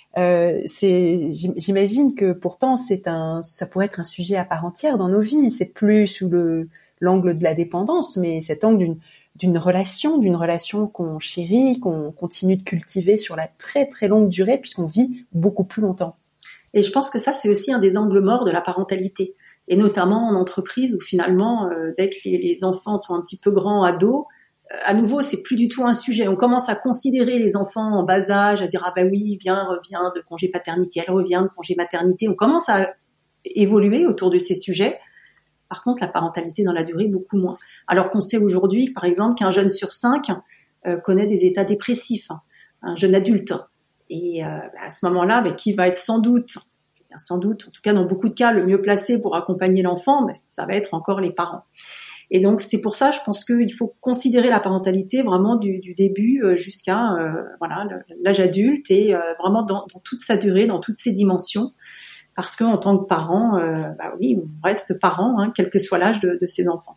J'imagine que pourtant ça pourrait être un sujet à part entière dans nos vies. C'est plus sous l'angle de la dépendance, mais cet angle d'une relation qu'on chérit, qu'on continue de cultiver sur la très très longue durée, puisqu'on vit beaucoup plus longtemps. Et je pense que ça, c'est aussi un des angles morts de la parentalité, et notamment en entreprise où finalement, dès que les enfants sont un petit peu grands, ados, à nouveau, c'est plus du tout un sujet. On commence à considérer les enfants en bas âge, à dire ah ben oui, revient de congé paternité, elle revient de congé maternité. On commence à évoluer autour de ces sujets. Par contre, la parentalité dans la durée, beaucoup moins. Alors qu'on sait aujourd'hui, par exemple, qu'un jeune sur 5 connaît des états dépressifs, un jeune adulte. Et à ce moment-là, qui va être sans doute, en tout cas dans beaucoup de cas, le mieux placé pour accompagner l'enfant, ça va être encore les parents. Et donc, c'est pour ça, je pense qu'il faut considérer la parentalité vraiment du début jusqu'à l'âge adulte et vraiment dans toute sa durée, dans toutes ses dimensions. Parce qu'en tant que parent, oui, on reste parent, quel que soit l'âge de ses enfants.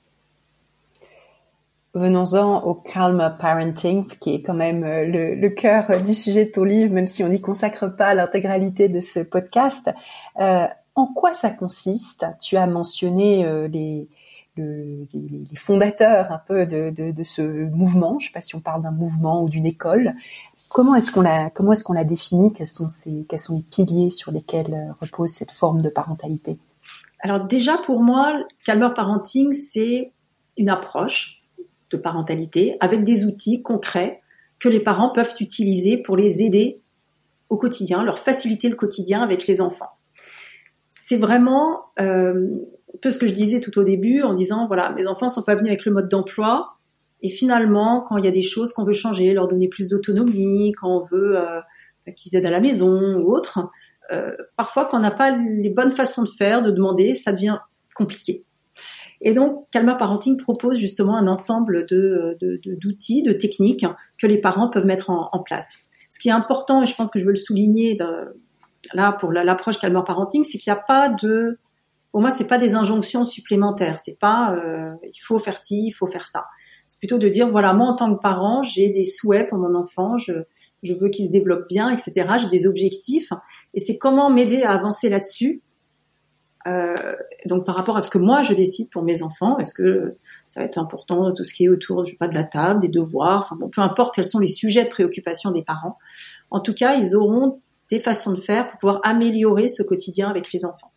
Venons-en au calm parenting, qui est quand même le cœur du sujet de ton livre, même si on n'y consacre pas l'intégralité de ce podcast. En quoi ça consiste ? Tu as mentionné les fondateurs un peu de ce mouvement. Je sais pas si on parle d'un mouvement ou d'une école. Comment est-ce qu'on l'a défini ? Quels sont les piliers sur lesquels repose cette forme de parentalité ? Alors déjà, pour moi, Calmer Parenting, c'est une approche de parentalité avec des outils concrets que les parents peuvent utiliser pour les aider au quotidien, leur faciliter le quotidien avec les enfants. C'est vraiment un peu ce que je disais tout au début en disant, voilà, mes enfants sont pas venus avec le mode d'emploi et finalement, quand il y a des choses qu'on veut changer, leur donner plus d'autonomie, quand on veut qu'ils aident à la maison ou autre, parfois quand on n'a pas les bonnes façons de faire, de demander, ça devient compliqué. Et donc, Calmer Parenting propose justement un ensemble d'outils, de techniques que les parents peuvent mettre en place. Ce qui est important, et je pense que je veux le souligner là pour l'approche Calmer Parenting, c'est qu'il n'y a pas pour moi, c'est pas des injonctions supplémentaires. C'est pas il faut faire ci, il faut faire ça. C'est plutôt de dire voilà, moi en tant que parent, j'ai des souhaits pour mon enfant, je veux qu'il se développe bien, etc. J'ai des objectifs, et c'est comment m'aider à avancer là-dessus. Donc par rapport à ce que moi je décide pour mes enfants, est-ce que ça va être important tout ce qui est autour de la table, des devoirs, peu importe quels sont les sujets de préoccupation des parents. En tout cas, ils auront des façons de faire pour pouvoir améliorer ce quotidien avec les enfants.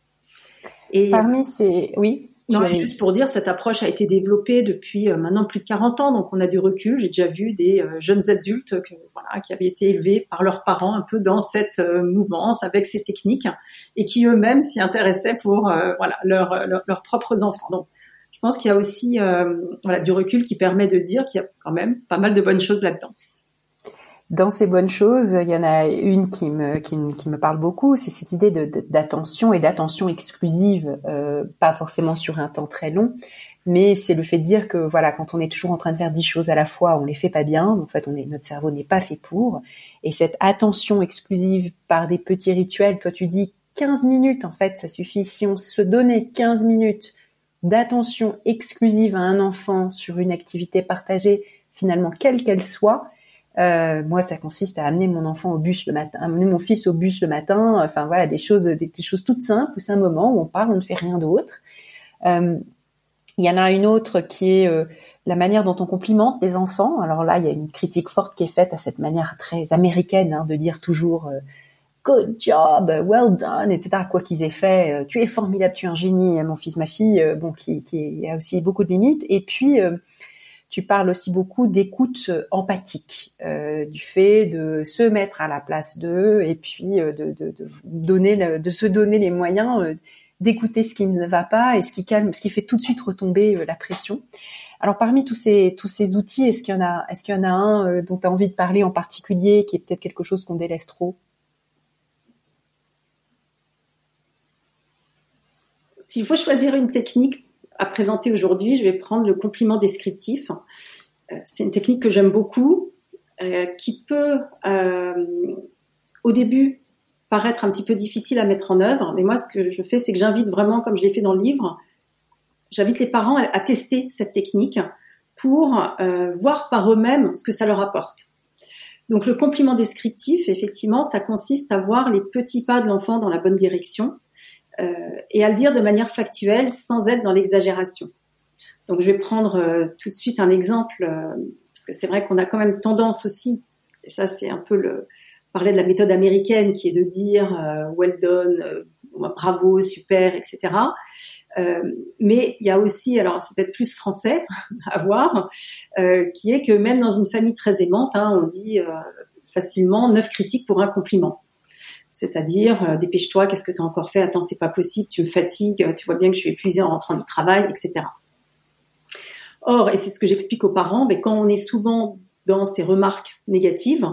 Et parmi ces... Oui. Non, et juste pour dire, cette approche a été développée depuis maintenant plus de 40 ans, donc on a du recul. J'ai déjà vu des jeunes adultes qui avaient été élevés par leurs parents un peu dans cette mouvance avec ces techniques et qui eux-mêmes s'y intéressaient pour leurs propres enfants. Donc, je pense qu'il y a aussi du recul qui permet de dire qu'il y a quand même pas mal de bonnes choses là-dedans. Dans ces bonnes choses, il y en a une qui me parle beaucoup, c'est cette idée d'attention et d'attention exclusive, pas forcément sur un temps très long, mais c'est le fait de dire que quand on est toujours en train de faire 10 choses à la fois, on les fait pas bien. En fait, notre cerveau n'est pas fait pour. Et cette attention exclusive par des petits rituels, toi tu dis 15 minutes, en fait, ça suffit. Si on se donnait 15 minutes d'attention exclusive à un enfant sur une activité partagée, finalement, quelle qu'elle soit, Moi, ça consiste à amener mon enfant au bus le matin, amener mon fils au bus le matin. Enfin voilà, des choses toutes simples où c'est un moment où on parle, on ne fait rien d'autre. Il y en a une autre qui est la manière dont on complimente les enfants. Alors là, il y a une critique forte qui est faite à cette manière très américaine de dire toujours good job, well done, etc. Quoi qu'ils aient fait, tu es formidable, tu es un génie, mon fils, ma fille. Qui a aussi beaucoup de limites. Et puis tu parles aussi beaucoup d'écoute empathique, du fait de se mettre à la place d'eux et puis de se donner les moyens d'écouter ce qui ne va pas et ce qui fait tout de suite retomber la pression. Alors parmi tous ces outils, est-ce qu'il y en a un dont tu as envie de parler en particulier, qui est peut-être quelque chose qu'on délaisse trop? S'il faut choisir une technique à présenter aujourd'hui, je vais prendre le compliment descriptif. C'est une technique que j'aime beaucoup, qui peut au début paraître un petit peu difficile à mettre en œuvre, mais moi ce que je fais, c'est que j'invite vraiment, comme je l'ai fait dans le livre, j'invite les parents à tester cette technique pour voir par eux-mêmes ce que ça leur apporte. Donc le compliment descriptif, effectivement, ça consiste à voir les petits pas de l'enfant dans la bonne direction et à le dire de manière factuelle sans être dans l'exagération. Donc je vais prendre tout de suite un exemple, parce que c'est vrai qu'on a quand même tendance aussi, et ça c'est un peu parler de la méthode américaine qui est de dire well done, bravo, super, etc. Mais il y a aussi, alors c'est peut-être plus français à voir, qui est que même dans une famille très aimante, on dit facilement 9 critiques pour un compliment. C'est-à-dire dépêche-toi, qu'est-ce que tu as encore fait, attends, c'est pas possible, tu me fatigues, tu vois bien que je suis épuisée en rentrant du travail, etc. Or, et c'est ce que j'explique aux parents, quand on est souvent dans ces remarques négatives,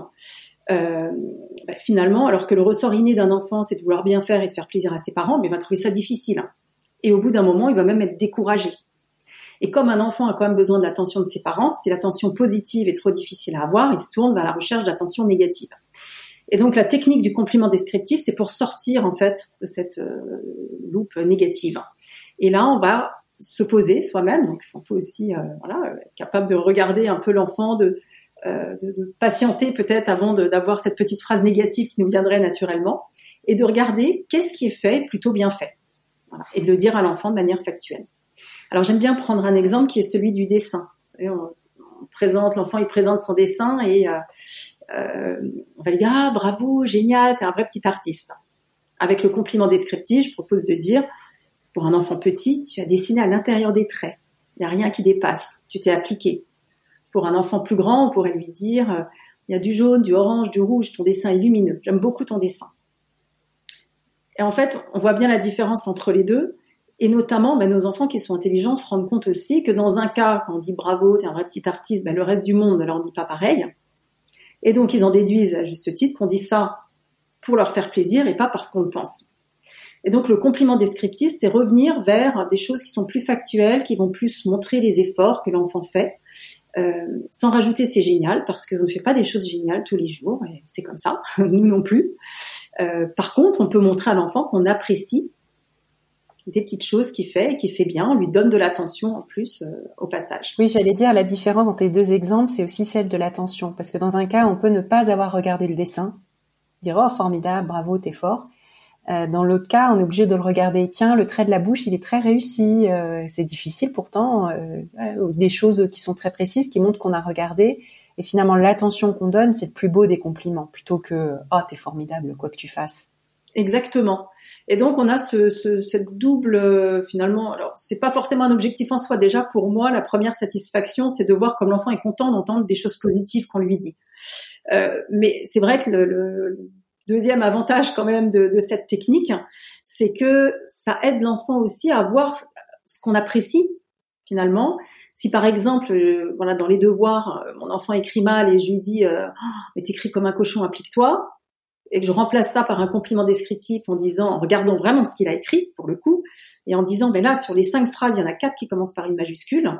finalement, alors que le ressort inné d'un enfant, c'est de vouloir bien faire et de faire plaisir à ses parents, il va trouver ça difficile. Et au bout d'un moment, il va même être découragé. Et comme un enfant a quand même besoin de l'attention de ses parents, si l'attention positive est trop difficile à avoir, il se tourne vers la recherche d'attention négative. Et donc la technique du compliment descriptif, c'est pour sortir en fait de cette loupe négative. Et là, on va se poser soi-même. Donc on peut aussi être capable de regarder un peu l'enfant, de patienter peut-être avant d'avoir cette petite phrase négative qui nous viendrait naturellement, et de regarder qu'est-ce qui est fait plutôt bien fait, voilà, et de le dire à l'enfant de manière factuelle. Alors j'aime bien prendre un exemple qui est celui du dessin. L'enfant il présente son dessin et on va lui dire bravo, génial, t'es un vrai petit artiste. Avec le compliment descriptif, je propose de dire pour un enfant petit, tu as dessiné à l'intérieur des traits, il n'y a rien qui dépasse, tu t'es appliqué. Pour un enfant plus grand, on pourrait lui dire il y a du jaune, du orange, du rouge, ton dessin est lumineux, j'aime beaucoup ton dessin. Et en fait, on voit bien la différence entre les deux, et notamment nos enfants qui sont intelligents se rendent compte aussi que dans un cas, quand on dit bravo, t'es un vrai petit artiste, le reste du monde ne leur dit pas pareil. Et donc, ils en déduisent à juste titre qu'on dit ça pour leur faire plaisir et pas parce qu'on le pense. Et donc, le compliment descriptif, c'est revenir vers des choses qui sont plus factuelles, qui vont plus montrer les efforts que l'enfant fait, sans rajouter c'est génial, parce qu'on ne fait pas des choses géniales tous les jours, et c'est comme ça, nous non plus. Par contre, on peut montrer à l'enfant qu'on apprécie des petites choses qu'il fait et qu'il fait bien, on lui donne de l'attention en plus au passage. Oui, j'allais dire la différence entre les deux exemples, c'est aussi celle de l'attention, parce que dans un cas, on peut ne pas avoir regardé le dessin, dire oh formidable, bravo, t'es fort. Dans l'autre cas, on est obligé de le regarder. Tiens, le trait de la bouche, il est très réussi. C'est difficile pourtant, des choses qui sont très précises, qui montrent qu'on a regardé. Et finalement, l'attention qu'on donne, c'est le plus beau des compliments, plutôt que oh t'es formidable, quoi que tu fasses. Exactement. Et donc on a cette double finalement. Alors c'est pas forcément un objectif en soi. Déjà pour moi, la première satisfaction, c'est de voir comme l'enfant est content d'entendre des choses positives qu'on lui dit. Mais c'est vrai que le deuxième avantage quand même de cette technique, c'est que ça aide l'enfant aussi à voir ce qu'on apprécie finalement. Si par exemple, dans les devoirs, mon enfant écrit mal et je lui dis mais t'écris comme un cochon, applique-toi, et que je remplace ça par un compliment descriptif en regardant vraiment ce qu'il a écrit pour le coup, et en disant là sur les 5 phrases, il y en a 4 qui commencent par une majuscule.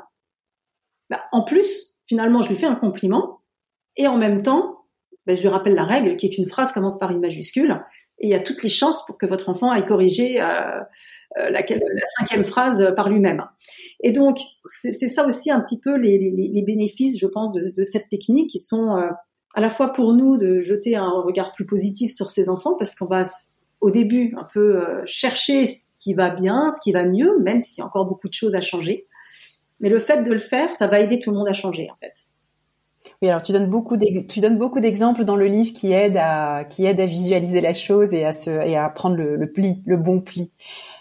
En plus, finalement, je lui fais un compliment et en même temps, je lui rappelle la règle qui est qu'une phrase commence par une majuscule et il y a toutes les chances pour que votre enfant aille corriger la 5e phrase par lui-même. Et donc, c'est ça aussi un petit peu les bénéfices, je pense, de cette technique qui sont à la fois pour nous de jeter un regard plus positif sur ces enfants, parce qu'on va au début un peu chercher ce qui va bien, ce qui va mieux, même s'il y a encore beaucoup de choses à changer. Mais le fait de le faire, ça va aider tout le monde à changer, en fait. Oui, alors tu donnes beaucoup d'exemples dans le livre qui aident à visualiser la chose et à prendre le bon pli.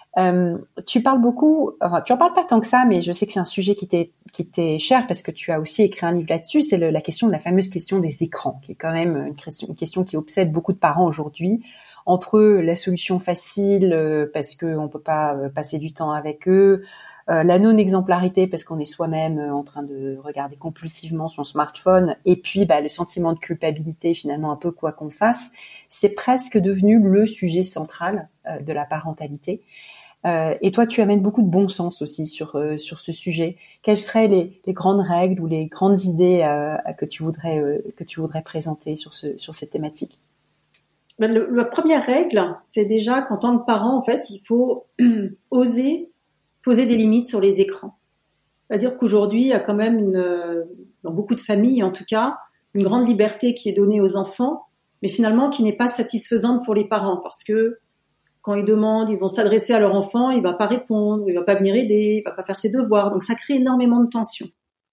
Tu parles beaucoup, enfin, tu en parles pas tant que ça, mais je sais que c'est un sujet qui t'est cher parce que tu as aussi écrit un livre là-dessus. C'est la question de la fameuse question des écrans, qui est quand même une question qui obsède beaucoup de parents aujourd'hui. Entre la solution facile parce que on peut pas passer du temps avec eux, la non-exemplarité parce qu'on est soi-même en train de regarder compulsivement son smartphone, et puis le sentiment de culpabilité finalement un peu quoi qu'on fasse, c'est presque devenu le sujet central de la parentalité. Et toi, tu amènes beaucoup de bon sens aussi sur ce sujet. Quelles seraient les grandes règles ou les grandes idées que tu voudrais présenter sur cette thématique? La première règle, c'est déjà qu'en tant que parent, en fait, il faut oser poser des limites sur les écrans. C'est-à-dire qu'aujourd'hui, il y a quand même dans beaucoup de familles, en tout cas, une grande liberté qui est donnée aux enfants, mais finalement qui n'est pas satisfaisante pour les parents, parce que quand ils demandent, ils vont s'adresser à leur enfant, il va pas répondre, il va pas venir aider, il va pas faire ses devoirs, donc ça crée énormément de tension.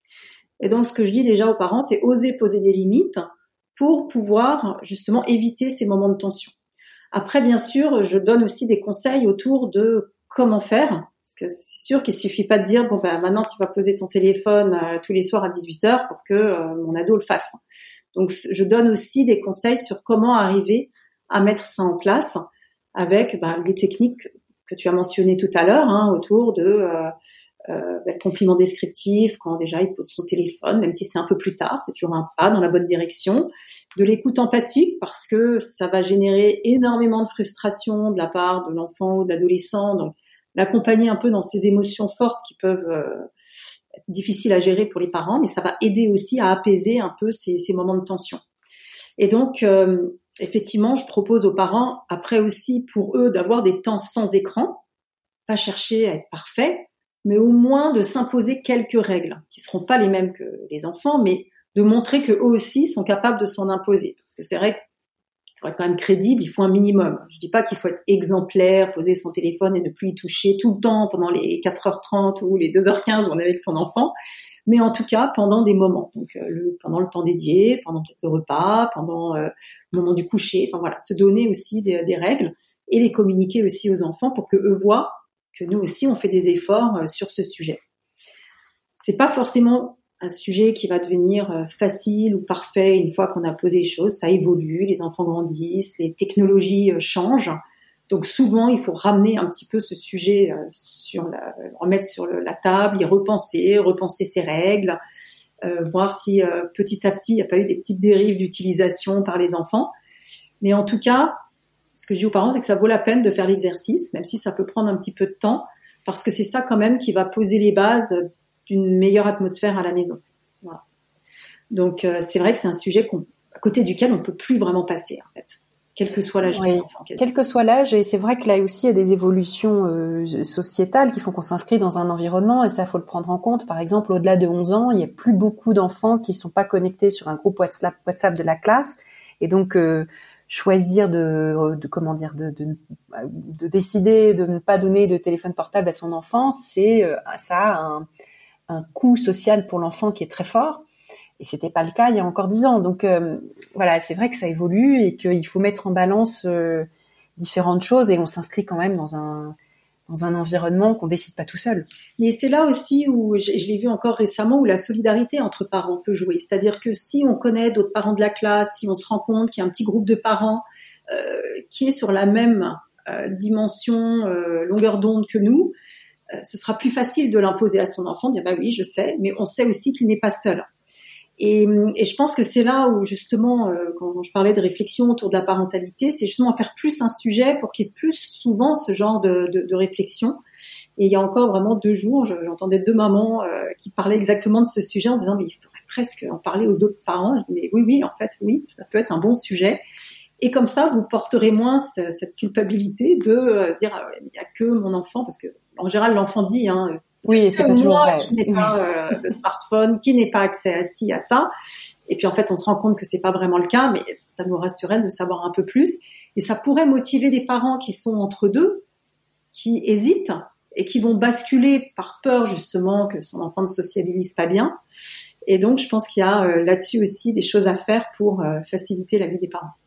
Et donc, ce que je dis déjà aux parents, c'est oser poser des limites pour pouvoir justement éviter ces moments de tension. Après, bien sûr, je donne aussi des conseils autour de comment faire, parce que c'est sûr qu'il suffit pas de dire maintenant tu vas poser ton téléphone tous les soirs à 18h pour que mon ado le fasse. Donc, je donne aussi des conseils sur comment arriver à mettre ça en place avec les techniques que tu as mentionnées tout à l'heure, autour de le compliment descriptif, quand déjà il pose son téléphone, même si c'est un peu plus tard, c'est toujours un pas dans la bonne direction, de l'écoute empathique, parce que ça va générer énormément de frustration de la part de l'enfant ou de l'adolescent, donc l'accompagner un peu dans ces émotions fortes qui peuvent être difficiles à gérer pour les parents, mais ça va aider aussi à apaiser un peu ces moments de tension. Et donc, effectivement, je propose aux parents, après aussi pour eux, d'avoir des temps sans écran, pas chercher à être parfait, mais au moins de s'imposer quelques règles qui seront pas les mêmes que les enfants, mais de montrer que eux aussi sont capables de s'en imposer. Parce que c'est vrai que pour être quand même crédible, il faut un minimum. Je dis pas qu'il faut être exemplaire, poser son téléphone et ne plus y toucher tout le temps pendant les 4h30 ou les 2h15 où on est avec son enfant, mais en tout cas pendant des moments. Donc pendant le temps dédié, pendant peut-être le repas, pendant le moment du coucher, enfin voilà, se donner aussi des règles et les communiquer aussi aux enfants pour que eux voient que nous aussi on fait des efforts sur ce sujet. C'est pas forcément un sujet qui va devenir facile ou parfait une fois qu'on a posé les choses. Ça évolue, les enfants grandissent, les technologies changent. Donc souvent, il faut ramener un petit peu ce sujet remettre sur la table, y repenser ses règles, voir si petit à petit, il n'y a pas eu des petites dérives d'utilisation par les enfants. Mais en tout cas, ce que je dis aux parents, c'est que ça vaut la peine de faire l'exercice, même si ça peut prendre un petit peu de temps, parce que c'est ça quand même qui va poser les bases d'une meilleure atmosphère à la maison. Voilà. Donc c'est vrai que c'est un sujet à côté duquel on peut plus vraiment passer en fait, quel que soit l'âge des enfants. Quel que soit l'âge, et c'est vrai que là aussi il y a des évolutions sociétales qui font qu'on s'inscrit dans un environnement, et ça faut le prendre en compte. Par exemple, au-delà de 11 ans, il y a plus beaucoup d'enfants qui sont pas connectés sur un groupe WhatsApp de la classe, et donc choisir de décider de ne pas donner de téléphone portable à son enfant, ça a un coût social pour l'enfant qui est très fort, et c'était pas le cas il y a encore 10 ans. Donc voilà, c'est vrai que ça évolue et qu'il faut mettre en balance différentes choses, et on s'inscrit quand même dans un environnement qu'on décide pas tout seul. Mais c'est là aussi où je l'ai vu encore récemment, où la solidarité entre parents peut jouer. C'est-à-dire que si on connaît d'autres parents de la classe, si on se rend compte qu'il y a un petit groupe de parents qui est sur la même dimension, longueur d'onde que nous, ce sera plus facile de l'imposer à son enfant, dire oui, je sais, mais on sait aussi qu'il n'est pas seul. Et je pense que c'est là où justement, quand je parlais de réflexion autour de la parentalité, c'est justement faire plus un sujet pour qu'il y ait plus souvent ce genre de réflexion. Et il y a encore vraiment 2 jours, j'entendais 2 mamans qui parlaient exactement de ce sujet en disant mais il faudrait presque en parler aux autres parents. Mais oui, en fait, oui, ça peut être un bon sujet. Et comme ça, vous porterez moins cette culpabilité de dire il y a que mon enfant, parce que en général l'enfant dit oui, c'est pas toujours vrai. Qui n'est pas de smartphone, qui n'est pas accès à ci, à ça. Et puis en fait, on se rend compte que c'est pas vraiment le cas, mais ça nous rassurait de savoir un peu plus. Et ça pourrait motiver des parents qui sont entre deux, qui hésitent et qui vont basculer par peur justement que son enfant ne sociabilise pas bien. Et donc, je pense qu'il y a là-dessus aussi des choses à faire pour faciliter la vie des parents.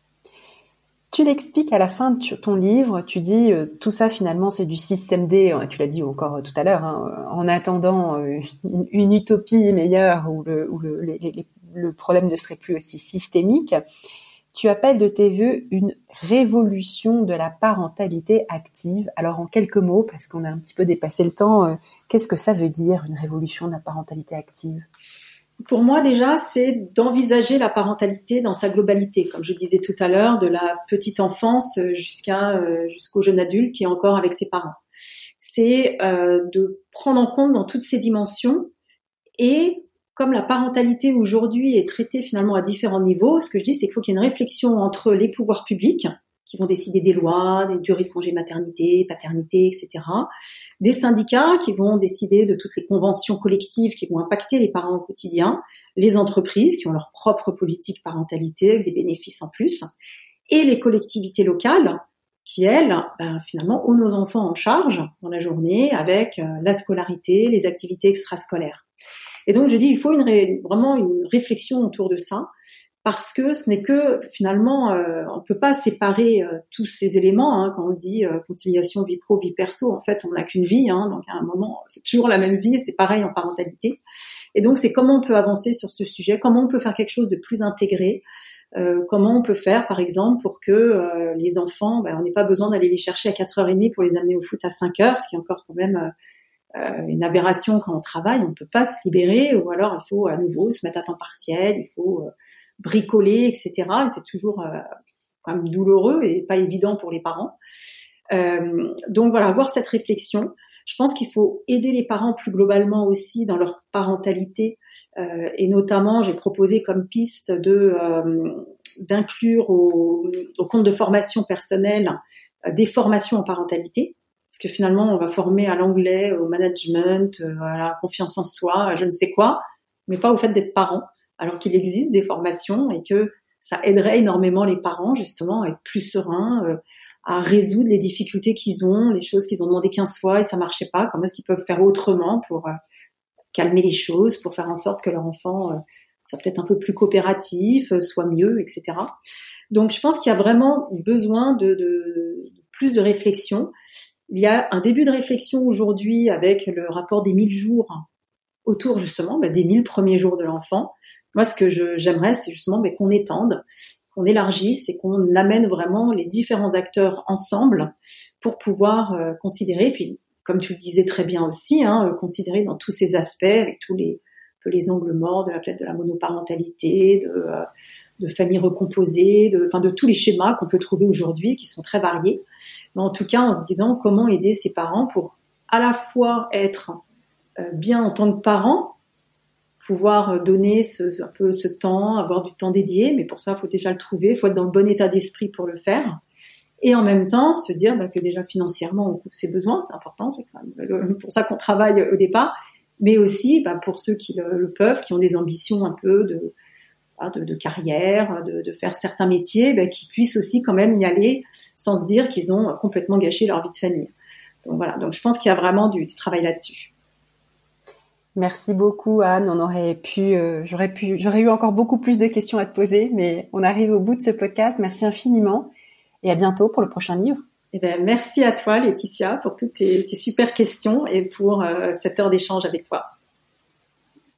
Tu l'expliques à la fin de ton livre, tu dis tout ça finalement c'est du système D, tu l'as dit encore tout à l'heure, hein, en attendant une utopie meilleure où le problème ne serait plus aussi systémique. Tu appelles de tes vœux une révolution de la parentalité active. Alors en quelques mots, parce qu'on a un petit peu dépassé le temps, qu'est-ce que ça veut dire une révolution de la parentalité active ? Pour moi, déjà, c'est d'envisager la parentalité dans sa globalité, comme je disais tout à l'heure, de la petite enfance jusqu'au jeune adulte qui est encore avec ses parents. C'est de prendre en compte dans toutes ces dimensions et comme la parentalité aujourd'hui est traitée finalement à différents niveaux, ce que je dis, c'est qu'il faut qu'il y ait une réflexion entre les pouvoirs publics qui vont décider des lois, des durées de congé maternité, paternité, etc. Des syndicats qui vont décider de toutes les conventions collectives qui vont impacter les parents au quotidien, les entreprises qui ont leur propre politique parentalité avec des bénéfices en plus, et les collectivités locales qui, elles, finalement, ont nos enfants en charge dans la journée avec la scolarité, les activités extrascolaires. Et donc, je dis, il faut vraiment une réflexion autour de ça, parce que ce n'est que, finalement, on peut pas séparer tous ces éléments, hein, quand on dit conciliation vie pro, vie perso, en fait, on n'a qu'une vie, hein, donc à un moment, c'est toujours la même vie, et c'est pareil en parentalité. Et donc, c'est comment on peut avancer sur ce sujet, comment on peut faire quelque chose de plus intégré, comment on peut faire, par exemple, pour que les enfants, on n'ait pas besoin d'aller les chercher à 4h30 pour les amener au foot à 5h, ce qui est encore quand même une aberration quand on travaille, on ne peut pas se libérer, ou alors il faut à nouveau se mettre à temps partiel, il faut bricoler, etc. Et c'est toujours quand même douloureux et pas évident pour les parents. Donc voilà, avoir cette réflexion. Je pense qu'il faut aider les parents plus globalement aussi dans leur parentalité, et notamment j'ai proposé comme piste d'inclure au compte de formation personnelle des formations en parentalité. Parce que finalement, on va former à l'anglais, au management, à la confiance en soi, à je ne sais quoi, mais pas au fait d'être parent, alors qu'il existe des formations et que ça aiderait énormément les parents, justement, à être plus sereins, à résoudre les difficultés qu'ils ont, les choses qu'ils ont demandé 15 fois et ça marchait pas. Comment est-ce qu'ils peuvent faire autrement pour calmer les choses, pour faire en sorte que leur enfant soit peut-être un peu plus coopératif, soit mieux, etc. Donc, je pense qu'il y a vraiment besoin de plus de réflexion. Il y a un début de réflexion aujourd'hui avec le rapport des 1000 jours autour justement des 1000 premiers jours de l'enfant. Moi, ce que j'aimerais, c'est justement qu'on étende, qu'on élargisse et qu'on amène vraiment les différents acteurs ensemble pour pouvoir considérer, puis comme tu le disais très bien aussi, considérer dans tous ces aspects, avec tous les angles morts peut-être de la monoparentalité, de familles recomposées, de tous les schémas qu'on peut trouver aujourd'hui qui sont très variés. Mais en tout cas, en se disant comment aider ces parents pour à la fois être bien en tant que parents, pouvoir donner un peu ce temps, avoir du temps dédié, mais pour ça, il faut déjà le trouver, il faut être dans le bon état d'esprit pour le faire. Et en même temps, se dire que déjà financièrement, on couvre ses besoins, c'est important, c'est quand même pour ça qu'on travaille au départ, mais aussi pour ceux qui le peuvent, qui ont des ambitions un peu de carrière, de faire certains métiers, qui puissent aussi quand même y aller sans se dire qu'ils ont complètement gâché leur vie de famille. Donc voilà, donc je pense qu'il y a vraiment du travail là-dessus. Merci beaucoup Anne, j'aurais eu encore beaucoup plus de questions à te poser, mais on arrive au bout de ce podcast. Merci infiniment et à bientôt pour le prochain livre. Merci à toi Laetitia pour toutes tes super questions et pour cette heure d'échange avec toi.